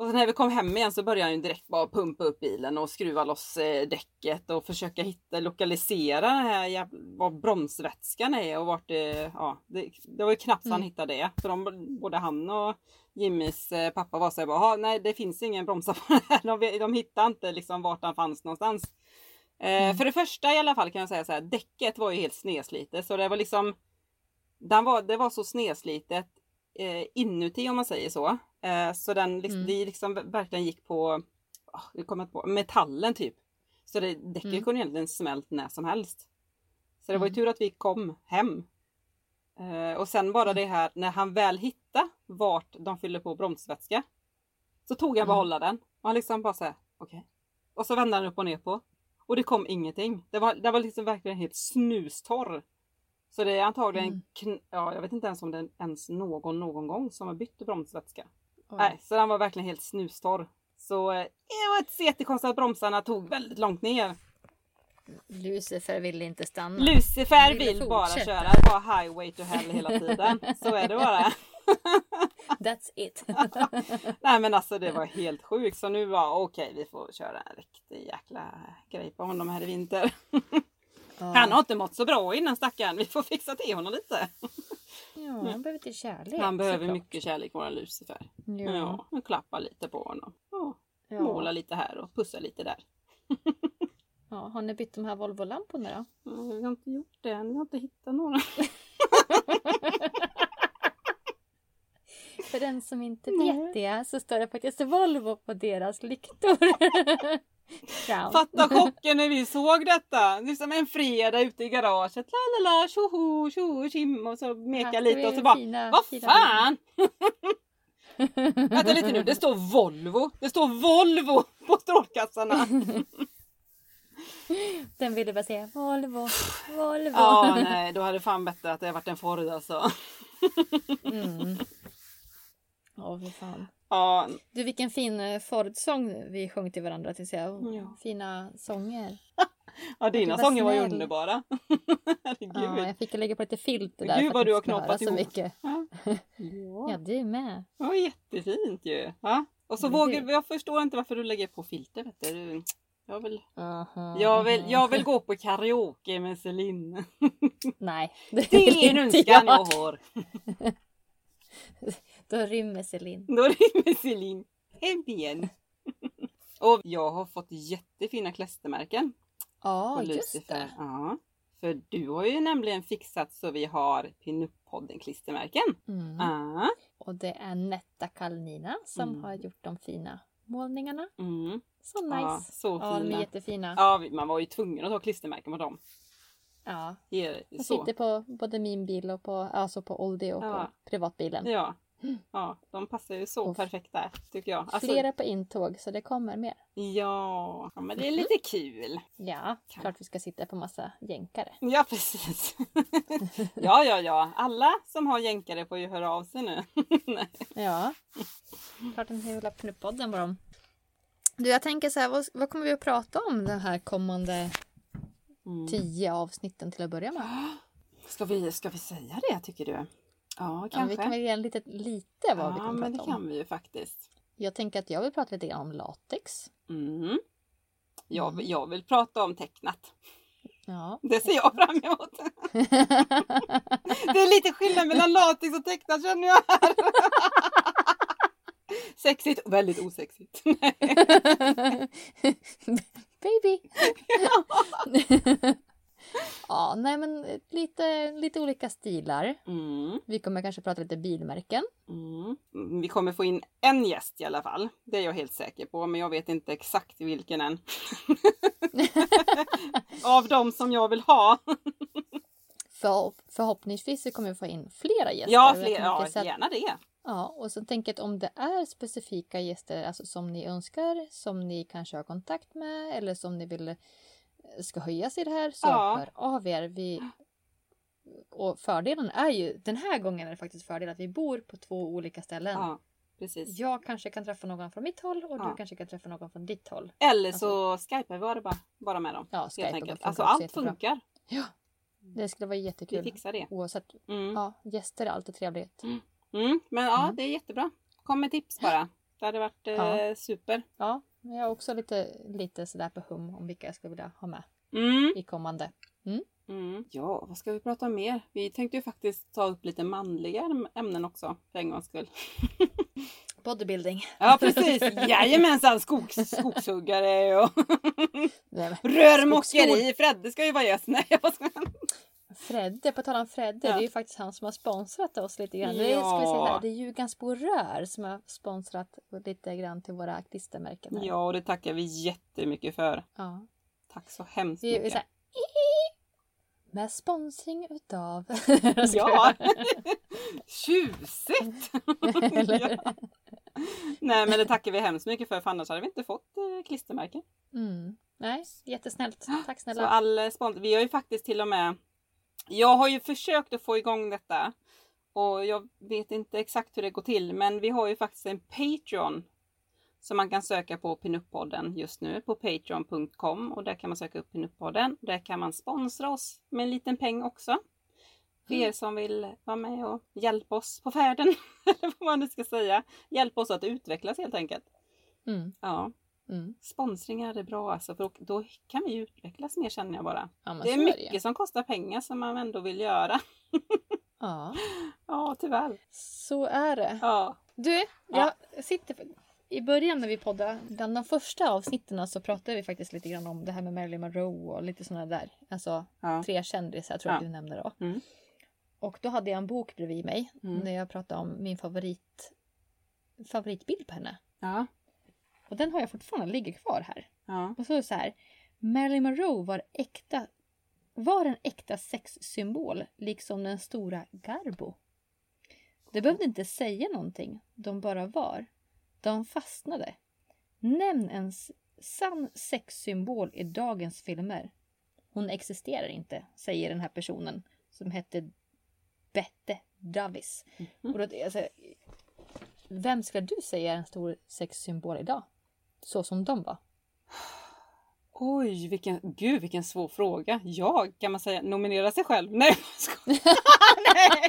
Och sen när vi kom hem igen så började han ju direkt bara pumpa upp bilen och skruva loss däcket och försöka lokalisera den här var bromsvätskan är och vart det, det var ju knappt han hittade det. För både han och Jimmys pappa var så här, nej det finns ingen bromsar på det här. De hittade inte liksom vart han fanns någonstans. För det första i alla fall kan jag säga så här, däcket var ju helt snedslitet. Så det var liksom, det var så snedslitet inuti om man säger så. Så det liksom verkligen gick på, metallen typ. Så däcket kunde egentligen smält när som helst. Så det var ju tur att vi kom hem. Och sen bara det här, när han väl hittade vart de fyller på bromsvätska. Så tog han behålla den. Och han liksom bara såhär, okej. Och så vände han upp och ner på. Och det kom ingenting. Det var liksom verkligen helt snustorr. Så det är antagligen, jag vet inte ens om det är ens någon gång som har bytt bromsvätska. Nej, så den var verkligen helt snustorr. Så det var ett jättekonstigt att bromsarna tog väldigt långt ner. Lucifer ville inte stanna. Lucifer vill bara köra. Bara highway to hell hela tiden. Så är det bara. That's it. Nej men alltså det var helt sjukt. Så nu var okej, vi får köra en riktig jäkla grej på honom här i vinter. Han har inte mått så bra innan stackaren. Vi får fixa till honom lite. Ja, han behöver lite kärlek. Han behöver mycket kärlek, våran Lucifer. Ja, och klappa lite på honom. Måla lite här och pussa lite där. Ja, har ni bytt de här Volvo-lamporna då? Vi har inte gjort det än. Vi har inte hittat några. För den som inte vet det så står det faktiskt Volvo på deras lyktor. Fatta chocken när vi såg detta. Det är som en fredag ute i garaget. Lalala, tjoho, tjoho, tjim. Och så meka lite och så bara, vad fan? Vänta lite nu, det står Volvo. Det står Volvo på strålkassarna. Den ville bara säga Volvo. Ja, nej, då hade det fan bättre att det varit en Ford alltså. För fan. Ja. Du, vilken fin Ford-sång vi sjöng till varandra till sig. Fina sånger. Ja, dina sånger var ju underbara. Herregud. Ja, jag fick lägga på lite filter där. Gud vad du har knoppat ihop. Mycket. Ja, du med. Ja, jättefint ju. Ja. Och så jag förstår inte varför du lägger på filter, vet du. Jag vill gå på karaoke med Celine. Nej. Det är en önskan jag har. Då rymmer Celine. Hem igen. Och jag har fått jättefina klistermärken. Ja, just det. Ja. För du har ju nämligen fixat så vi har Pinup-podden klistermärken. Och det är Netta Kalnina som har gjort de fina målningarna. Så nice. Ja, så fina. Ja, de är jättefina. Ja, man var ju tvungen att ha klistermärken på dem. Ja, jag sitter på både min bil och på Oldie och på privatbilen. Ja, de passar ju så perfekt där, tycker jag. Alltså, flera på intåg, så det kommer mer. Ja, men det är lite kul. Ja, klart vi ska sitta på massa jänkare. Ja, precis. Ja. Alla som har jänkare får ju höra av sig nu. Ja, klart den hela Pinup-podden var de. Du, jag tänker så här, vad kommer vi att prata om den här kommande 10 avsnitten till att börja med? Ska vi säga det, tycker du? Ja, kanske. Ja, vi kan väl ge lite vad vi kommer prata om. Ja, men det kan vi ju faktiskt. Jag tänker att jag vill prata lite grann om latex. Jag vill prata om tecknat. Ja. Det ser jag fram emot. Det är lite skillnad mellan latex och tecknat, känner jag här. Sexigt och väldigt osexigt. Baby. Ja, nej men lite olika stilar. Vi kommer kanske prata lite bilmärken. Vi kommer få in en gäst i alla fall. Det är jag helt säker på, men jag vet inte exakt vilken än. Av dem som jag vill ha. Förhoppningsvis så kommer vi få in flera gäster. Ja, gärna det. Ja, och så tänker jag att om det är specifika gäster alltså som ni önskar, som ni kanske har kontakt med eller som ni vill ska höjas i det här, så hör av er. Och fördelen är ju, den här gången är det faktiskt fördel att vi bor på 2 olika ställen. Ja, precis. Jag kanske kan träffa någon från mitt håll och du kanske kan träffa någon från ditt håll. Eller så skypar vi bara med dem. Ja, Skype. Alltså allt funkar. Ja, det skulle vara jättekul. Vi fixar det. Oavsett, gäster är alltid trevligt. Men det är jättebra. Kom med tips bara. Det hade varit super. Ja, jag är också lite sådär på hum om vilka jag skulle vilja ha med i kommande. Ja, vad ska vi prata om mer? Vi tänkte ju faktiskt ta upp lite manliga ämnen också, för en gångs skull. Bodybuilding. Ja, precis. Jajamensan, skogshuggare och rörmokeri. Fredde ska ju vara gäst. Nej, jag ska... Fredde, på tal om Fredde, det är ju faktiskt han som har sponsrat oss lite grann. Det är Ljugarnsbo Rör som har sponsrat lite grann till våra klistermärken. Ja, och det tackar vi jättemycket för. Ja. Tack så hemskt mycket. Såhär, med sponsring utav... Ja, tjusigt! Ja. Nej, men det tackar vi hemskt mycket för annars hade vi inte fått klistermärken. Nej, jättesnällt. Tack snälla. Så all sponsring, vi har ju faktiskt till och med... Jag har ju försökt att få igång detta. Och jag vet inte exakt hur det går till. Men vi har ju faktiskt en Patreon. Som man kan söka på Pinup-podden just nu. På patreon.com. Och där kan man söka upp Pinup-podden. Där kan man sponsra oss med en liten peng också. För er som vill vara med och hjälpa oss på färden. Eller vad man nu ska säga. Hjälpa oss att utvecklas helt enkelt. Ja. Sponsringar är bra alltså. För då kan vi utvecklas mer känner jag bara. Ja, det är mycket som kostar pengar som man ändå vill göra. Ja. Ja, tyvärr. Så är det. Ja. Du, jag sitter... I början när vi poddade, bland de första avsnitten så pratade vi faktiskt lite grann om det här med Marilyn Monroe och lite sådana där. Alltså 3 kändisar tror jag du nämnde då. Och då hade jag en bok bredvid mig när jag pratade om min favoritbild på henne. Ja. Och den har jag fortfarande, ligger kvar här. Ja. Och så är det så här, Marilyn Monroe var en äkta sexsymbol, liksom den stora Garbo. Det behövde inte säga någonting, de bara var. De fastnade. Nämn en sann sexsymbol i dagens filmer. Hon existerar inte, säger den här personen som hette Bette Davis. Och då, alltså, vem ska du säga är en stor sexsymbol idag? Så som de var. Oj, vilken svår fråga. Kan man säga nominera sig själv? Nej, nej.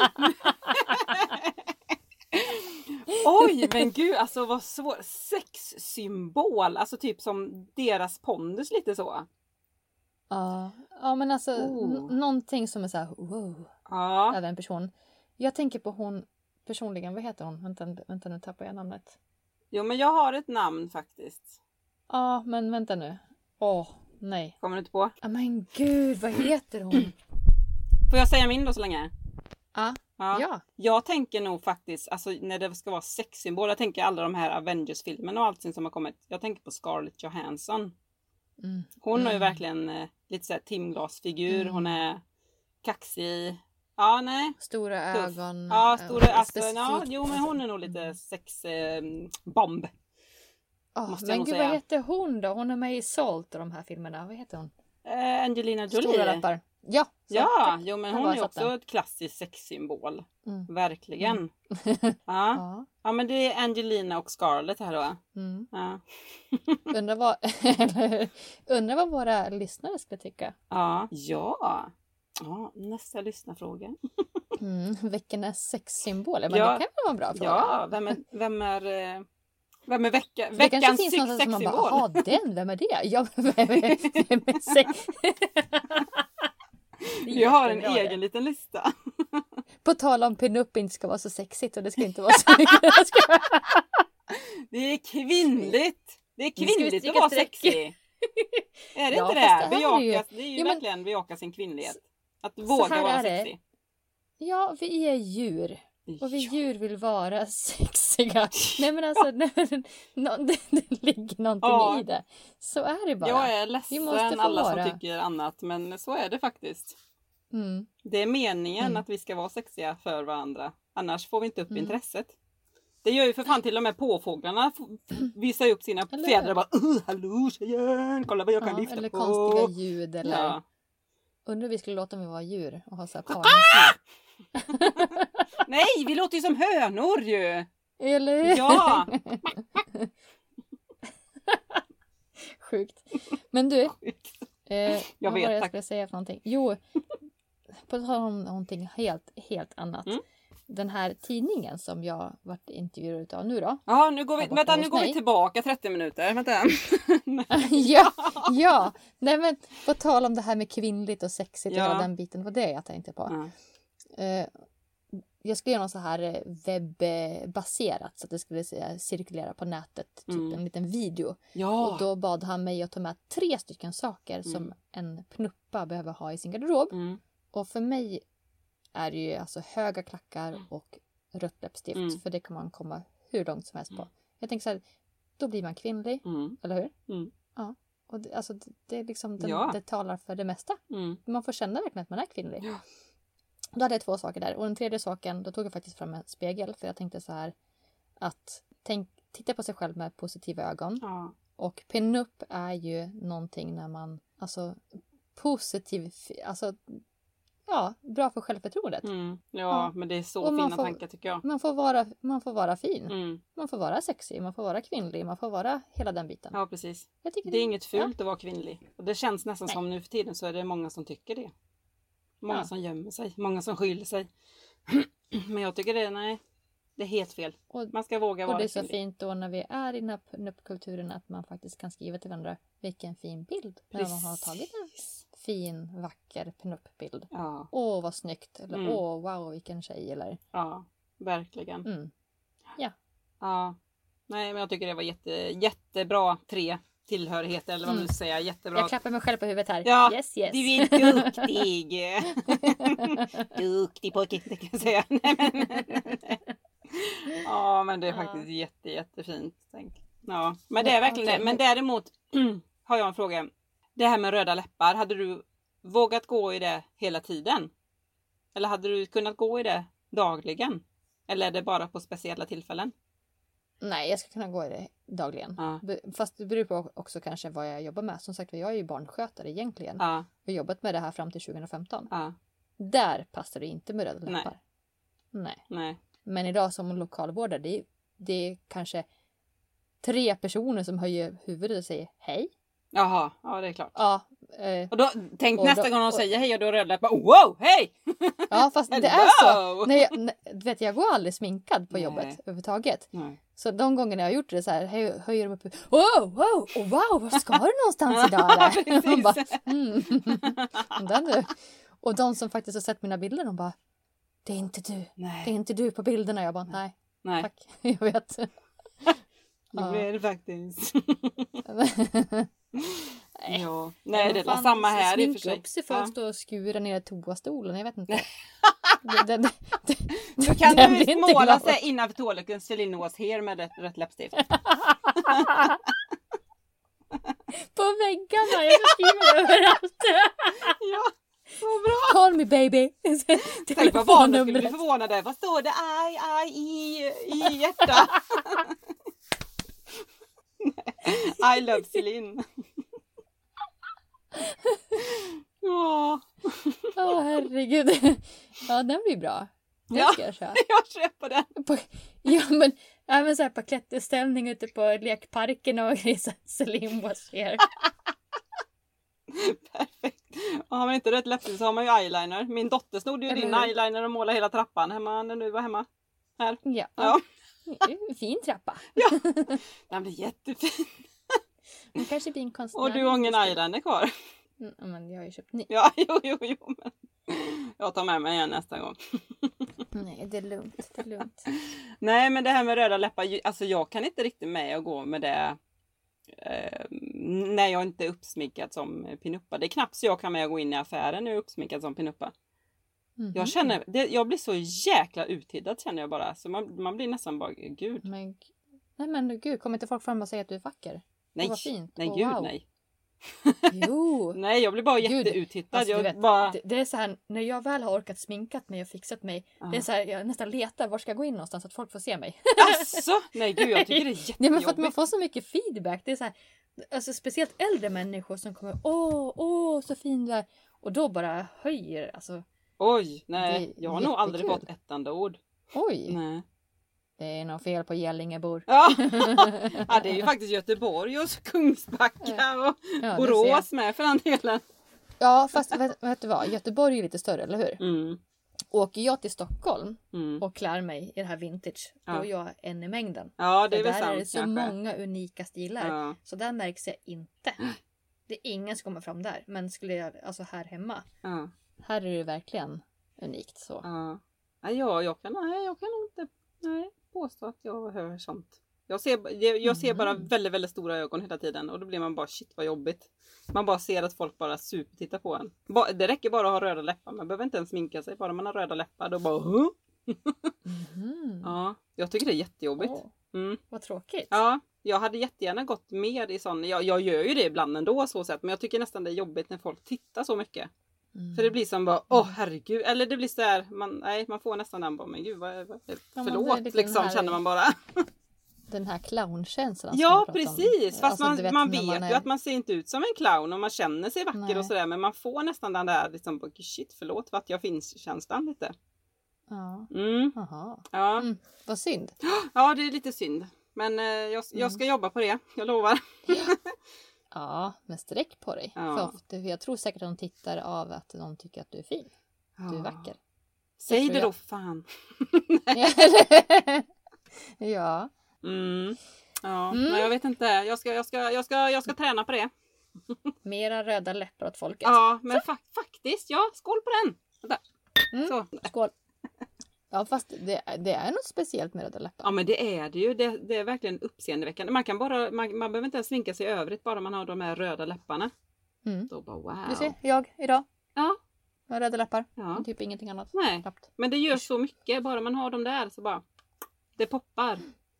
Oj, men gud, alltså vad svår. Sexsymbol, alltså typ som deras pondus lite så. Ja men alltså någonting som är så här wow. Ja. Över en person. Jag tänker på hon personligen, vad heter hon? Vänta nu tappar jag namnet. Jo, men jag har ett namn faktiskt. Ja, men vänta nu. Nej. Kommer du inte på? Men gud, vad heter hon? Får jag säga min då så länge? Ja. Jag tänker nog faktiskt, alltså när det ska vara sexsymbol, jag tänker alla de här Avengers-filmerna och allting som har kommit. Jag tänker på Scarlett Johansson. Hon har ju verkligen lite såhär timglasfigur. Hon är kaxig. Ja, nej. Stora ögon. Ja, jo men hon är nog lite sexbomb. Men gud, vad heter hon då? Hon är med i Salt och de här filmerna. Vad heter hon? Angelina Jolie. Stora läppar. Ja, jo men hon är också ett klassiskt sexsymbol. Verkligen. Ja, men det är Angelina och Scarlett här då. Ja. Undrar vad våra lyssnare ska tycka. Ja, nästa lyssnarfråga. Vilken är sexsymbolen? Men det kan vara en bra fråga. Ja, vem är veckans det kanske finns någon som man bara, vem är det? Ja, vem är sex? Jag har en egen liten lista. På tal om pinup inte ska vara så sexigt och det ska inte vara så mycket. Det är kvinnligt. Det är kvinnligt att vara sexig. Är det inte det? Det är ju verkligen bejaka sin kvinnlighet. Att våga vara sexig. Ja, vi är djur. Och vi djur vill vara sexiga. Nej men alltså, det ligger någonting i det. Så är det bara. Jag är ledsen alla som tycker annat. Men så är det faktiskt. Det är meningen att vi ska vara sexiga för varandra. Annars får vi inte upp intresset. Det gör ju för fan till och med påfåglarna visar upp sina fjädrar och bara hallå tjejen, kolla vad jag kan lyfta eller på. Eller konstiga ljud eller... Undrar vi skulle låta dem vara djur och ha så här parmusik. Nej, vi låter ju som hönor ju. Eller? Ja. Sjukt. Men du, jag vad vet, var det jag skulle säga för någonting? Jo, på tal om någonting helt annat. den här tidningen som jag varit intervjuad av nu då. Ja, nu går vi tillbaka 30 minuter. Vänta. ja. Nej, men på tal om det här med kvinnligt och sexigt och hela den biten. Det var det jag tänkte på. Jag skulle göra något så här webbaserat så att det skulle cirkulera på nätet. Typ en liten video. Ja. Och då bad han mig att ta med 3 stycken saker som en pinuppa behöver ha i sin garderob. Och för mig är det ju alltså höga klackar och rött läppstift. För det kan man komma hur långt som helst på. Jag tänker så här, då blir man kvinnlig. Eller hur? Ja. Och det, alltså, det är liksom det talar för det mesta. Man får känna verkligen att man är kvinnlig. Ja. Då hade jag 2 saker där. Och den tredje saken, då tog jag faktiskt fram en spegel. För jag tänkte så här att titta på sig själv med positiva ögon. Ja. Och pinup är ju någonting när man, alltså positiv, alltså bra för självförtroendet. Ja, men det är så fina tankar tycker jag. Man får vara fin. Man får vara sexig, man får vara kvinnlig, man får vara hela den biten. Ja, precis. Det är inget fult att vara kvinnlig. Och det känns nästan som nu för tiden så är det många som tycker det. Många som gömmer sig, många som skyller sig. Men jag tycker det är helt fel. Man ska våga vara kvinnlig. Och det är så fint då när vi är i pinup-kulturen att man faktiskt kan skriva till varandra vilken fin bild. När man har tagit en fin, vacker pinup-bild. Ja. Åh, vad snyggt. Eller åh, wow, vilken tjej. Eller... Ja, verkligen. Ja. Ja. Nej, men jag tycker det var jättebra 3 tillhörigheter. Eller vad man nu säger. Jättebra. Jag klappar mig själv på huvudet här. Ja, yes. Du är duktig. Duktig pojke, det kan jag säga. Ja, men det är faktiskt jättefint. Ja, men det är verkligen det. Men däremot har jag en fråga. Det här med röda läppar, hade du vågat gå i det hela tiden? Eller hade du kunnat gå i det dagligen? Eller är det bara på speciella tillfällen? Nej, jag ska kunna gå i det dagligen. Ja. Fast det beror på också kanske vad jag jobbar med. Som sagt, jag är ju barnskötare egentligen. Ja. Jag har jobbat med det här fram till 2015. Ja. Där passar det inte med röda läppar. Nej. Men idag som lokalvårdare, det är kanske 3 personer som höjer huvudet och säger hej. Jaha, ja det är klart. Ja, och då, tänk nästa gång de säger hej och då är röda läppar. Wow, hej! Ja, fast det är så. Du vet, jag går aldrig sminkad på jobbet överhuvudtaget. Nej. Så de gångerna jag har gjort det så här, höjer de upp. Wow, var ska du någonstans idag? Bara, och de som faktiskt har sett mina bilder, de bara, det är inte du. Nej. Det är inte du på bilderna. Jag bara, nej. Tack, jag vet. Det blir det faktiskt. Nej, det är samma här i och för sig. Också för att stå och skura ner toastolen, jag vet inte. Du kan du måla sig innanför toaletten Celine was here med rött läppstift. På väggarna, jag skriver överallt. Ja, så bra. Call me baby. Tänk vad barnen skulle bli förvånade. Vad står det? I hjärta. I love Celine. Herregud. Ja, den blir bra. Den ska jag köra. Jag köper den. Ja, men även så här på klätterställning ute på lekparken och Celine was here. Perfekt. Och har man inte rätt läppstift så har man ju eyeliner. Min dotter snodde ju din eyeliner och målade hela trappan hemma när du var hemma. Här. Ja. Fin trappa. Ja, den blir jättefin. Den kanske blir en konstnär. Och du har ingen eyeliner kvar. Men jag har ju köpt ny. Ja, jo. Men jag tar med mig igen nästa gång. Nej, det är lugnt. Nej, men det här med röda läppar. Alltså jag kan inte riktigt med att gå med det. När jag inte är uppsminkad som pinuppa. Det är knappt så jag kan med att gå in i affären när jag är uppsminkad som pinuppa. Mm-hmm. Jag känner, jag blir så jäkla uttiddad känner jag bara. Så man blir nästan bara, gud. Men gud, kommer inte folk fram och säga att du är vacker? Nej, vad fint. Nej, gud, wow. Nej. Jo. Nej, jag blir bara jätteuttittad. Alltså, det är så här, när jag väl har orkat sminkat mig och fixat mig. Det är så här, jag nästan letar, var ska jag gå in någonstans så att folk får se mig. Asså? Nej gud, jag tycker det är jättejobbigt. Nej, men för att man får så mycket feedback. Det är så här, alltså speciellt äldre människor som kommer, åh, så fin du är. Och då bara höjer, alltså. Oj, nej, jag har nog aldrig fått ett enda ord. Oj. Nej. Det är nog fel på Gällingebor. Ja. Ja, det är ju faktiskt Göteborg och Kungsbacka och Borås med för den delen. Ja, fast vet du vad? Göteborg är lite större, eller hur? Mm. Åker jag till Stockholm och klär mig i det här vintage, då är jag en i mängden. Ja, det är väl där sant. Där är det så kanske. många unika stilar. Ja. Så där märks jag inte. Det är ingen som kommer fram där. Men skulle jag, alltså här hemma. Ja. Här är det verkligen unikt så. Ja. Nej, jag kan nog inte påstå att jag hör sånt. Jag ser bara väldigt, väldigt stora ögon hela tiden. Och då blir man bara, shit vad jobbigt. Man bara ser att folk bara supertittar på en. Det räcker bara att ha röda läppar. Man behöver inte ens sminka sig. Bara man har röda läppar, då bara... Ja, jag tycker det är jättejobbigt. Vad tråkigt. Ja, jag hade jättegärna gått mer i sån... Jag gör ju det ibland ändå så sätt. Men jag tycker nästan det är jobbigt när folk tittar så mycket. För det blir som bara, herregud. Eller det blir så här, man får nästan den bara, men gud, förlåt, liksom känner man bara. Den här clownkänslan. Ja, precis. Fast alltså, man vet ju att man ser inte ut som en clown och man känner sig vacker och sådär. Men man får nästan den där, liksom, shit, förlåt för att jag finns känslan lite. Ja. Ja. Vad synd. Ja, det är lite synd. Men jag ska jobba på det, jag lovar. Ja, men sträck på dig. Ja. För jag tror säkert att de tittar av att de tycker att du är fin. Du är vacker. Säg det då, fan. Ja. Men jag vet inte. Jag ska träna på det. Mera röda läppar åt folket. Ja, men faktiskt. Ja, skål på den. Så. Skål. Ja, fast det är något speciellt med röda läppar. Ja, men det är det ju. Det är verkligen uppseendeväckande. Man behöver inte ens sminka sig i övrigt, bara man har de här röda läpparna. Då bara, wow. Du ser, jag idag. Ja. Jag har röda läppar. Ja. Typ ingenting annat. Nej, knappt. Men det gör så mycket. Bara man har dem där så bara, det poppar.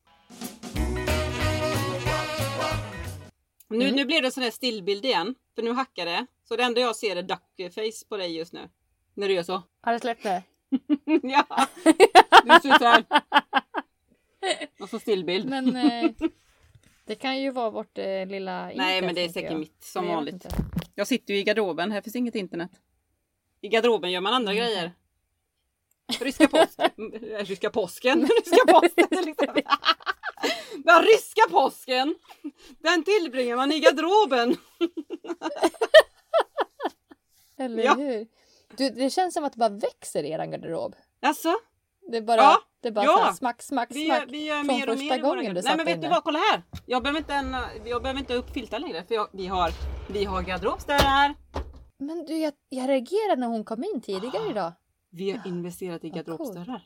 Nu blir det sån här stillbild igen. För nu hackar det. Så det enda jag ser är duckface på dig just nu. När du gör så. Har du släppt det? Ja. Du ser så här. Och så stillbild. Men det kan ju vara vårt lilla internet. Nej, men det är säkert mitt som vanligt. Inte. Jag sitter ju i garderoben. Här finns inget internet. I garderoben gör man andra grejer. Ryska påsken. Ryska påsken. Liksom. Den ryska påsken. Den tillbringar man i garderoben. Eller hur? Det känns som att det bara växer i er garderob. Alltså? Det är bara, så här, smack. Vi gör mer och mer i våra garderob. Nej, men vet du vad? Kolla här. Jag behöver inte upp filtar längre. För vi har garderobsdörrar. Men du, jag reagerade när hon kom in tidigare idag. Vi har investerat i garderobsdörrar.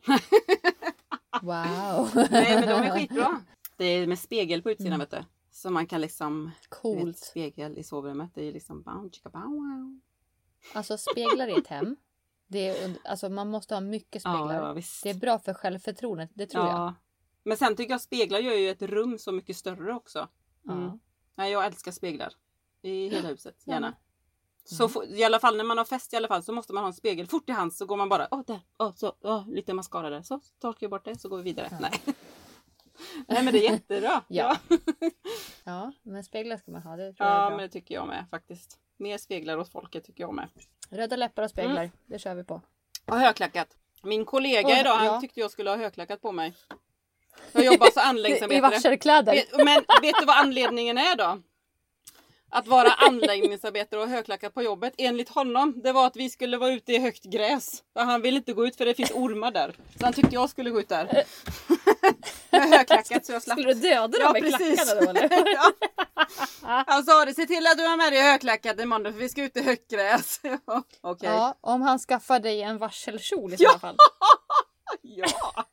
Wow. Nej, men de är skitbra. Det är med spegel på utsidan, vet du. Så man kan liksom... Coolt. Spegel i sovrummet. Det är liksom... Wow. Alltså speglar i ett hem. Alltså man måste ha mycket speglar. Ja, visst. Det är bra för självförtroendet, det tror jag. Men sen tycker jag speglar gör ju ett rum så mycket större också. Nej, jag älskar speglar. I hela huset, gärna. Så i alla fall när man har fest i alla fall så måste man ha en spegel fort i hand, så går man bara lite mascara där, så torkar jag bort det, så går vi vidare. Nej, men det är jättebra. Ja, men speglar ska man ha, det tror jag är bra. Men det tycker jag med faktiskt. Mer speglar åt folket tycker jag med. Röda läppar och speglar, det kör vi på. Och högklackat. Min kollega idag, han tyckte jag skulle ha högklackat på mig. Jag jobbar så anläggningsarbetare. I varselkläder. Men vet du vad anledningen är då? Att vara anläggningsarbetare och högklackat på jobbet, enligt honom, det var att vi skulle vara ute i högt gräs. Han ville inte gå ut för det finns ormar där. Så han tyckte jag skulle gå ut där. Med högklackat så jag slapp. Skulle du döda dem med klackarna då eller? Ja. Han sa det, se till att du har med dig högklackat imorgon för vi ska ut i högt gräs. Okay. Ja, om han skaffar dig en varselkjol i så fall. Ja.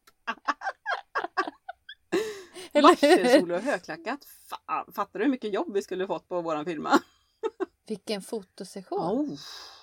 Varselkjol och högklackat. Fan, fattar du hur mycket jobb vi skulle fått på våran firma? Vilken fotosession.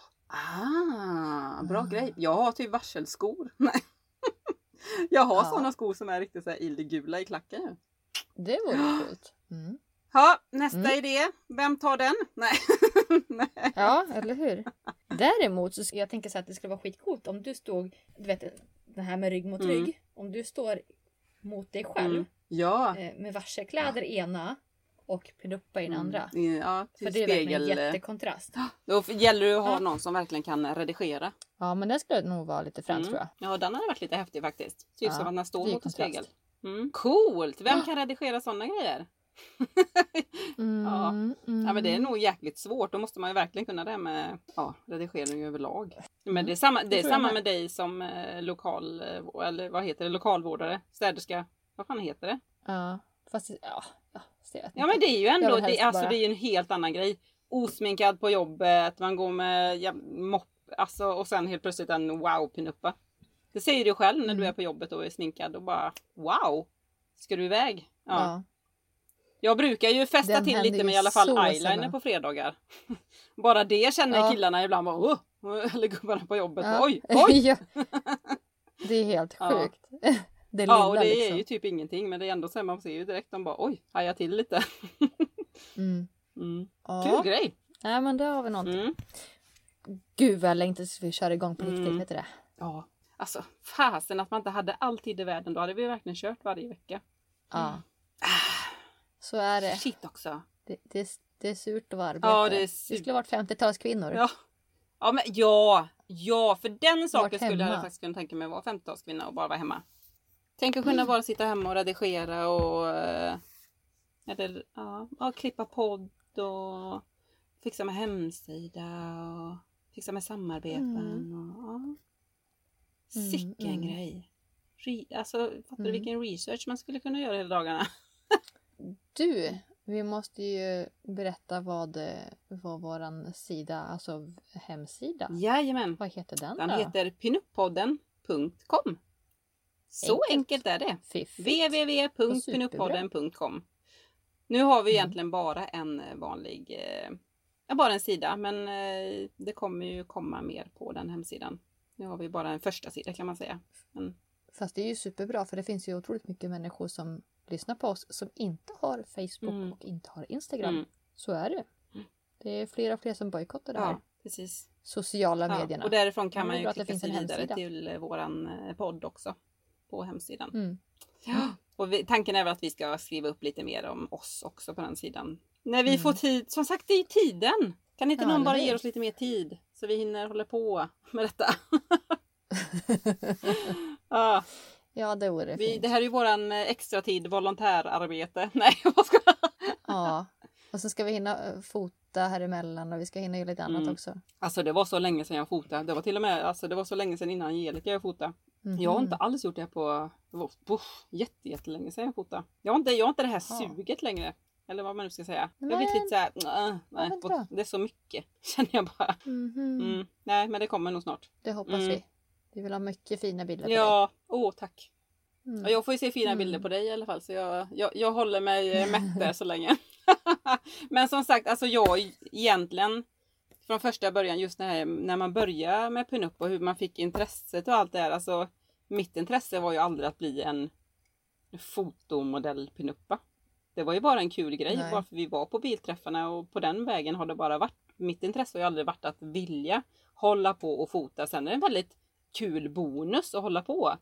Bra grej. Jag har typ varselskor. Nej. Jag har sådana skor som är riktigt så här illgula i klacken. Det vore coolt. Ja, nästa idé. Vem tar den? Nej. Nej. Ja, eller hur? Däremot så jag tänker så att det skulle vara skitcoolt om du stod, du vet, det här med rygg mot rygg. Om du står mot dig själv. Ja. Med varselkläder ena och pinuppa i den andra. Ja, för det är verkligen en jättekontrast. Då gäller det att ha någon som verkligen kan redigera. Ja, men det skulle nog vara lite fränt tror jag. Ja, den hade varit lite häftig faktiskt. Typ som att man står mot en spegel. Coolt! Vem kan redigera sådana grejer? Ja, men det är nog jäkligt svårt. Då måste man ju verkligen kunna det här med redigering överlag. Men det är samma med dig som eller vad heter det, lokalvårdare, städerska, vad fan heter det? Ja, fast ja, men det är ju ändå, det är ju en helt annan grej. Osminkad på jobbet, man går med mopp, alltså, och sen helt plötsligt en wow-pinuppa. Det säger du själv när du är på jobbet och är sminkad och bara wow, ska du iväg? Ja. Jag brukar ju fästa till lite med i alla fall eyeliner på fredagar. Bara det känner killarna ibland bara eller gubbarna på jobbet. Oj! Ja. Det är helt sjukt. Det lilla, och det liksom. är ju typ ingenting, men det är ändå så man ser ju direkt de bara oj, hajar till lite. Kul grej. Ja, men då har vi någonting. Gud vad jag längtar tills vi kör igång på riktigt, vet du det? Ja, alltså fasen att man inte hade all tid i världen, då hade vi verkligen kört varje vecka. Ja. Så är det. Shit också. Det är surt att vara arbete. Ja, det skulle varit 50-talskvinnor. Ja, men ja, för den saken skulle jag faktiskt kunna tänka mig vara 50-talskvinna och bara vara hemma. Tänk att kunna bara sitta hemma och redigera och klippa podd och fixa med hemsida och fixa med samarbeten och sicken grej. Alltså, fattar du vilken research man skulle kunna göra hela dagarna? Du, vi måste ju berätta vad våran sida, alltså hemsida. Jajamän. Vad heter den då? Den då? heter pinuppodden.com. Så enkelt är det. www.pinuppodden.com. Nu har vi egentligen bara en vanlig, bara en sida, men det kommer ju komma mer på den hemsidan. Nu har vi bara en första sida kan man säga. Men... Fast det är ju superbra, för det finns ju otroligt mycket människor som lyssnar på oss som inte har Facebook och inte har Instagram. Så är det. Det är fler och fler som bojkottar det här. Ja, precis. Sociala medierna. Och därifrån kan man ju klicka sig vidare till våran podd också. På hemsidan. Ja. Och tanken är väl att vi ska skriva upp lite mer om oss också på den sidan. När vi får tid. Som sagt, det är tiden. Kan inte någon bara ge oss lite mer tid? Så vi hinner hålla på med detta. Ja, det vore fint. Det här är ju våran extra tid, volontärarbete. Nej, vad ska jag? Ja, och så ska vi hinna fota här emellan och vi ska hinna göra lite annat också. Alltså det var så länge sedan jag fotade. Det var till och med, det var så länge sedan innan Angelica jag fotade. Jag har inte alls gjort det på jättelänge sedan jag fotade. Jag har inte det här suget längre. Eller vad man nu ska säga. Jag blir lite så här, det är så mycket, känner jag bara. Nej, men det kommer nog snart. Det hoppas vi. Vi vill ha mycket fina bilder på dig. Ja, tack. Och jag får ju se fina bilder på dig i alla fall. Så jag håller mig mätt där så länge. Men som sagt, alltså jag egentligen från första början, just när man börjar med pinup och hur man fick intresset och allt det här. Alltså mitt intresse var ju aldrig att bli en fotomodell pinuppa. Det var ju bara en kul grej. Bara för vi var på bilträffarna och på den vägen har det bara varit. Mitt intresse har ju aldrig varit att vilja hålla på och fota. Sen är det en väldigt kul bonus att hålla på.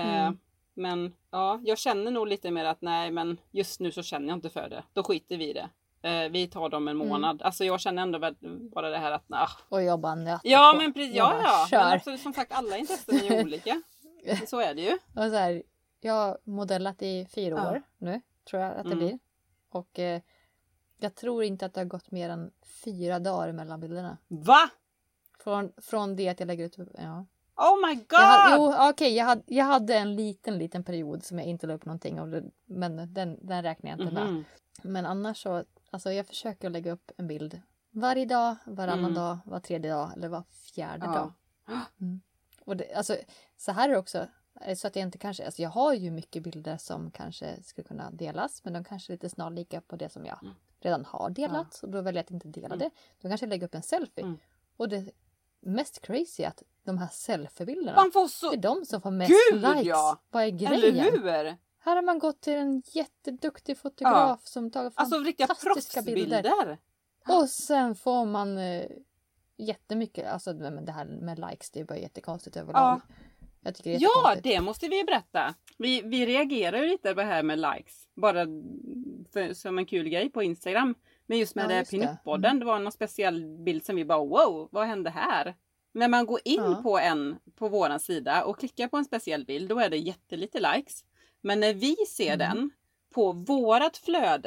Men jag känner nog lite mer att nej, men just nu så känner jag inte för det. Då skiter vi i det. Vi tar dem en månad. Alltså jag känner ändå bara det här att och jobba nötter ja, men precis. Men också, som sagt, alla intressen är ju olika. Så är det ju. Och så här, jag har modellat i 4 år nu, tror jag att det blir. Och jag tror inte att det har gått mer än 4 dagar mellan bilderna. Va? Från det att jag lägger ut. Ja. Oh my god! Jag hade en liten period som jag inte la upp någonting av. Men den räknar jag inte med. Men annars så, alltså jag försöker lägga upp en bild varje dag, varannan dag, var 3:e dag eller var 4:e dag. Och det, alltså så här är det också. Så att jag inte kanske, alltså jag har ju mycket bilder som kanske skulle kunna delas, men de kanske är lite snarlika på det som jag redan har delat. Och då väljer jag att inte dela det. Då kanske jag lägger upp en selfie. Och det mest crazy är att de här selfiebilderna, det är de som får mest likes. Ja. Vad är grejen? Eller hur? Här har man gått till en jätteduktig fotograf som tar fantastiska bilder. Och sen får man jättemycket, alltså det här med likes, det är bara jättekonstigt överlag. Jag tycker det är jättekonstigt. Det måste vi berätta. Vi reagerar ju lite på det här med likes. Bara som en kul grej på Instagram. Men just med det pinuppodden, det var någon speciell bild som vi bara, wow, vad hände här? När man går in på våran sida och klickar på en speciell bild, då är det jättelite likes. Men när vi ser den på vårat flöde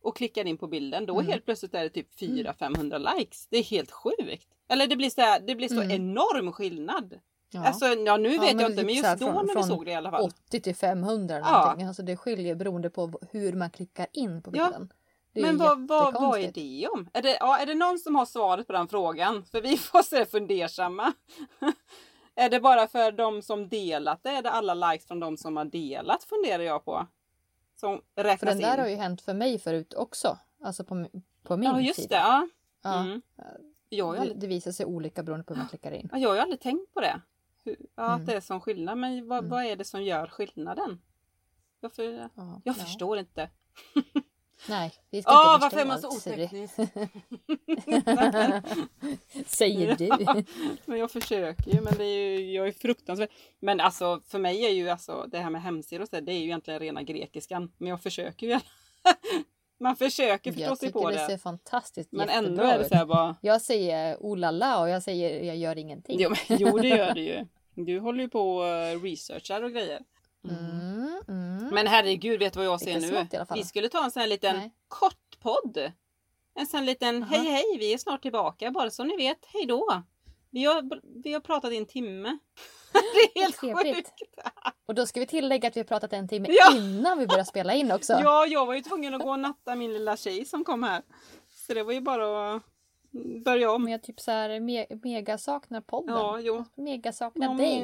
och klickar in på bilden, då helt plötsligt är det typ 400-500 likes. Det är helt sjukt. Eller det blir så enorm skillnad. Ja. Alltså, ja, nu vet jag inte, men typ just då när vi såg det i alla fall. 80 till 500 eller någonting. Alltså det skiljer beroende på hur man klickar in på bilden. Det är men vad är det om? Är det någon som har svaret på den frågan? För vi får se fundersamma. Är det bara för de som delat det? Är det alla likes från de som har delat, funderar jag på. Som räknas för den där in. har ju hänt för mig förut också. Alltså på min Ja, just sida. det. Ja. Ja. Mm. Det visar sig olika beroende på hur man klickar in. Jag har ju aldrig tänkt på det. Att det är som skillnad. Men vad är det som gör skillnaden? Jag förstår inte. Nej, vi ska inte varför är man allt, så oteknisk? Säger du. Men jag försöker ju, men jag är fruktansvärt. Men alltså, för mig är ju det här med hemsidor och så, det är ju egentligen rena grekiskan. Men jag försöker ju. Man försöker förstå sig på det. Jag tycker det ser fantastiskt men jättebra ändå är det så här bara... Jag säger olala och jag säger jag gör ingenting. Jo, det gör du ju. Du håller ju på och researchar och grejer. Men herregud, vet du vad jag ser nu? Vi skulle ta en sån här liten kort podd. En sån liten hej, vi är snart tillbaka. Bara så ni vet, hej då. Vi har pratat i en timme. Det är helt sjukt. Och då ska vi tillägga att vi har pratat en timme innan vi börjar spela in också. Ja, jag var ju tvungen att gå och natta min lilla tjej som kom här. Så det var ju bara att börja om. Men jag typ så här mega saknar podden. Ja, jo. Mega saknar dig.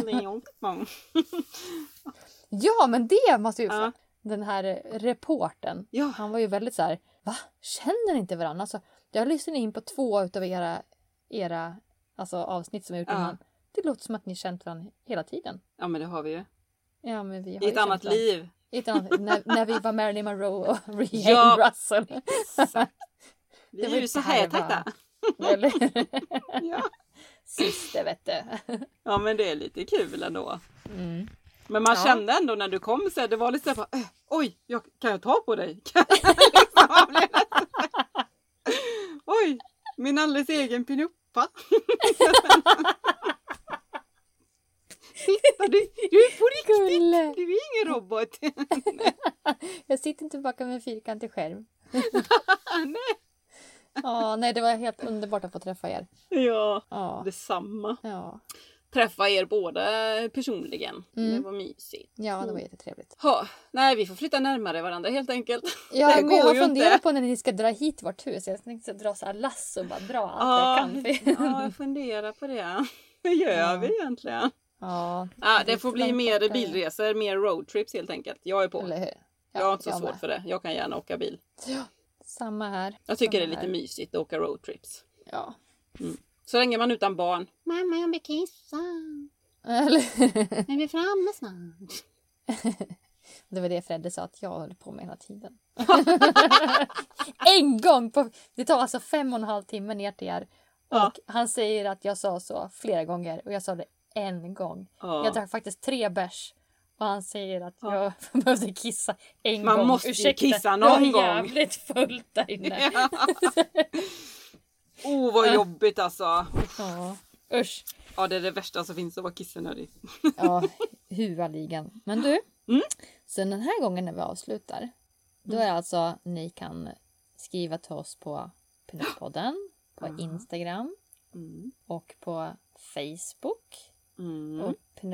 Ja. Ja, men det måste ju... Den här reporten, han var ju väldigt så här, va? Känner inte varandra? Alltså, jag lyssnade in på 2 utav era alltså, avsnitt som jag gjort innan. Det låter som att ni känt varandra hela tiden. Ja, men det har vi ju. Ja, men vi har i ett annat liv. När vi var Marilyn Monroe och Rihanna Russell. Exakt. Vi är ju så här tajta. Eller? Ja. Syster, vet du. Ja, men det är lite kul ändå. Men man kände ändå när du kom så det var lite så här, oj, kan jag ta på dig? Oj, min alldeles egen pinuppa. Titta, du är på riktigt. Gulle. Du är ingen robot. Jag sitter inte bakom en fyrkantig skärm. Nej. Nej, det var helt underbart att få träffa er. Ja. Detsamma. Ja. Träffa er båda personligen. Det var mysigt. Ja, det var jättetrevligt. Nej, vi får flytta närmare varandra helt enkelt. Ja, men jag har funderat på när ni ska dra hit vårt hus. Jag tänkte dra så här lass och bara dra allt jag kan. Ja, jag funderar på det. Hur gör vi egentligen? Ja, det får bli mer bilresor, mer roadtrips helt enkelt. Jag är på. Eller hur? Jag har inte så svårt för det. Jag kan gärna åka bil. Ja, samma här. Jag tycker det är lite mysigt att åka roadtrips. Ja. Så länge man utan barn. Mamma, jag vill kissa. Eller? Jag vill framme snart. Det var det Fredde sa att jag höll på med hela tiden. En gång! Det tar alltså 5,5 timmar ner till er. Och han säger att jag sa så flera gånger. Och jag sa det en gång. Jag drack faktiskt 3 bärs. Och han säger att jag behövde kissa en gång. Man måste ju kissa någon gång. Det var jävligt fullt där inne. Vad jobbigt alltså. Usch. Ja, det är det värsta som finns att vara kissnödig. Ja, huvudligan. Men du, så den här gången när vi avslutar, då är alltså ni kan skriva till oss på Pinup-podden, på Instagram och på Facebook och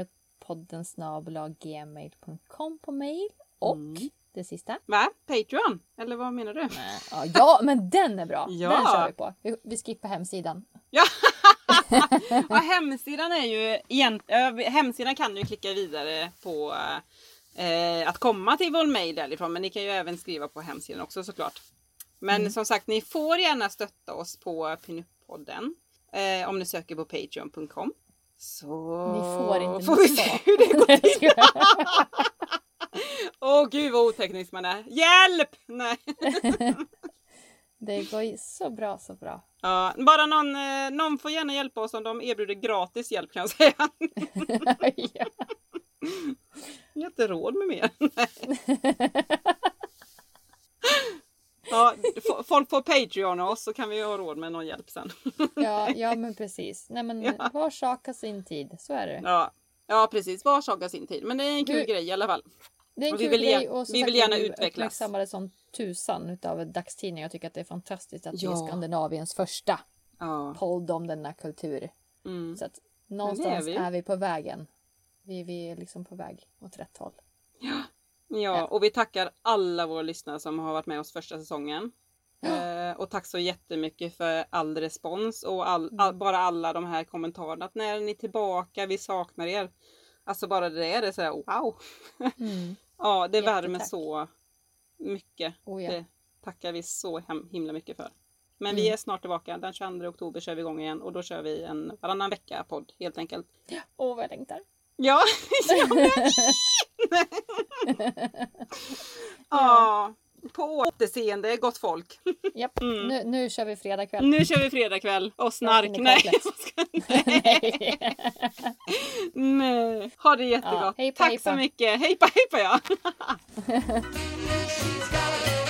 pinuppodden@gmail.com på mail och det sista. Va? Patreon? Eller vad menar du? Ja, men den är bra. Ja. Den kör vi på. Vi skippar hemsidan. Ja. Hemsidan är ju hemsidan kan du klicka vidare på att komma till vår mail därifrån, men ni kan ju även skriva på hemsidan också såklart. Men som sagt, ni får gärna stötta oss på Pinup-podden om ni söker på patreon.com. Så ni får inte vi se hur det går till. Gud vad oteknisk man är. Hjälp! Nej. Det går så bra, så bra. Ja, bara någon får gärna hjälpa oss om de erbjuder gratis hjälp, kan jag säga. Ja. Jag har inte råd med mer. Ja, folk får Patreon och oss, så kan vi ha råd med någon hjälp sen. Ja, men precis. Nej, men var sak har sin tid, så är det. Ja, precis. Var sak har sin tid. Men det är en kul grej i alla fall. Det är en kul grej och vi vill gärna utvecklas. Det som tusan utav dagstidningar. Jag tycker att det är fantastiskt att det är Skandinaviens första podd om denna kultur. Så att någonstans är vi på vägen. Vi är liksom på väg åt rätt håll. Ja, och vi tackar alla våra lyssnare som har varit med oss första säsongen. Och tack så jättemycket för all respons och bara alla de här kommentarerna. Att när ni är tillbaka, vi saknar er. Alltså bara det är så här, wow. Ja, det värmer så mycket. Det tackar vi så himla mycket för. Men vi är snart tillbaka. Den 22 oktober kör vi igång igen. Och då kör vi en varannan vecka podd helt enkelt. Åh, vad jag längtar. Ja, ja. På återseende, gott folk. Japp. Nu kör vi fredag kväll. Nu kör vi fredag kväll. Och snark. Nej. Ha det jättegott. Hejpa, tack hejpa. Så mycket. Hejpa, hejpa ja.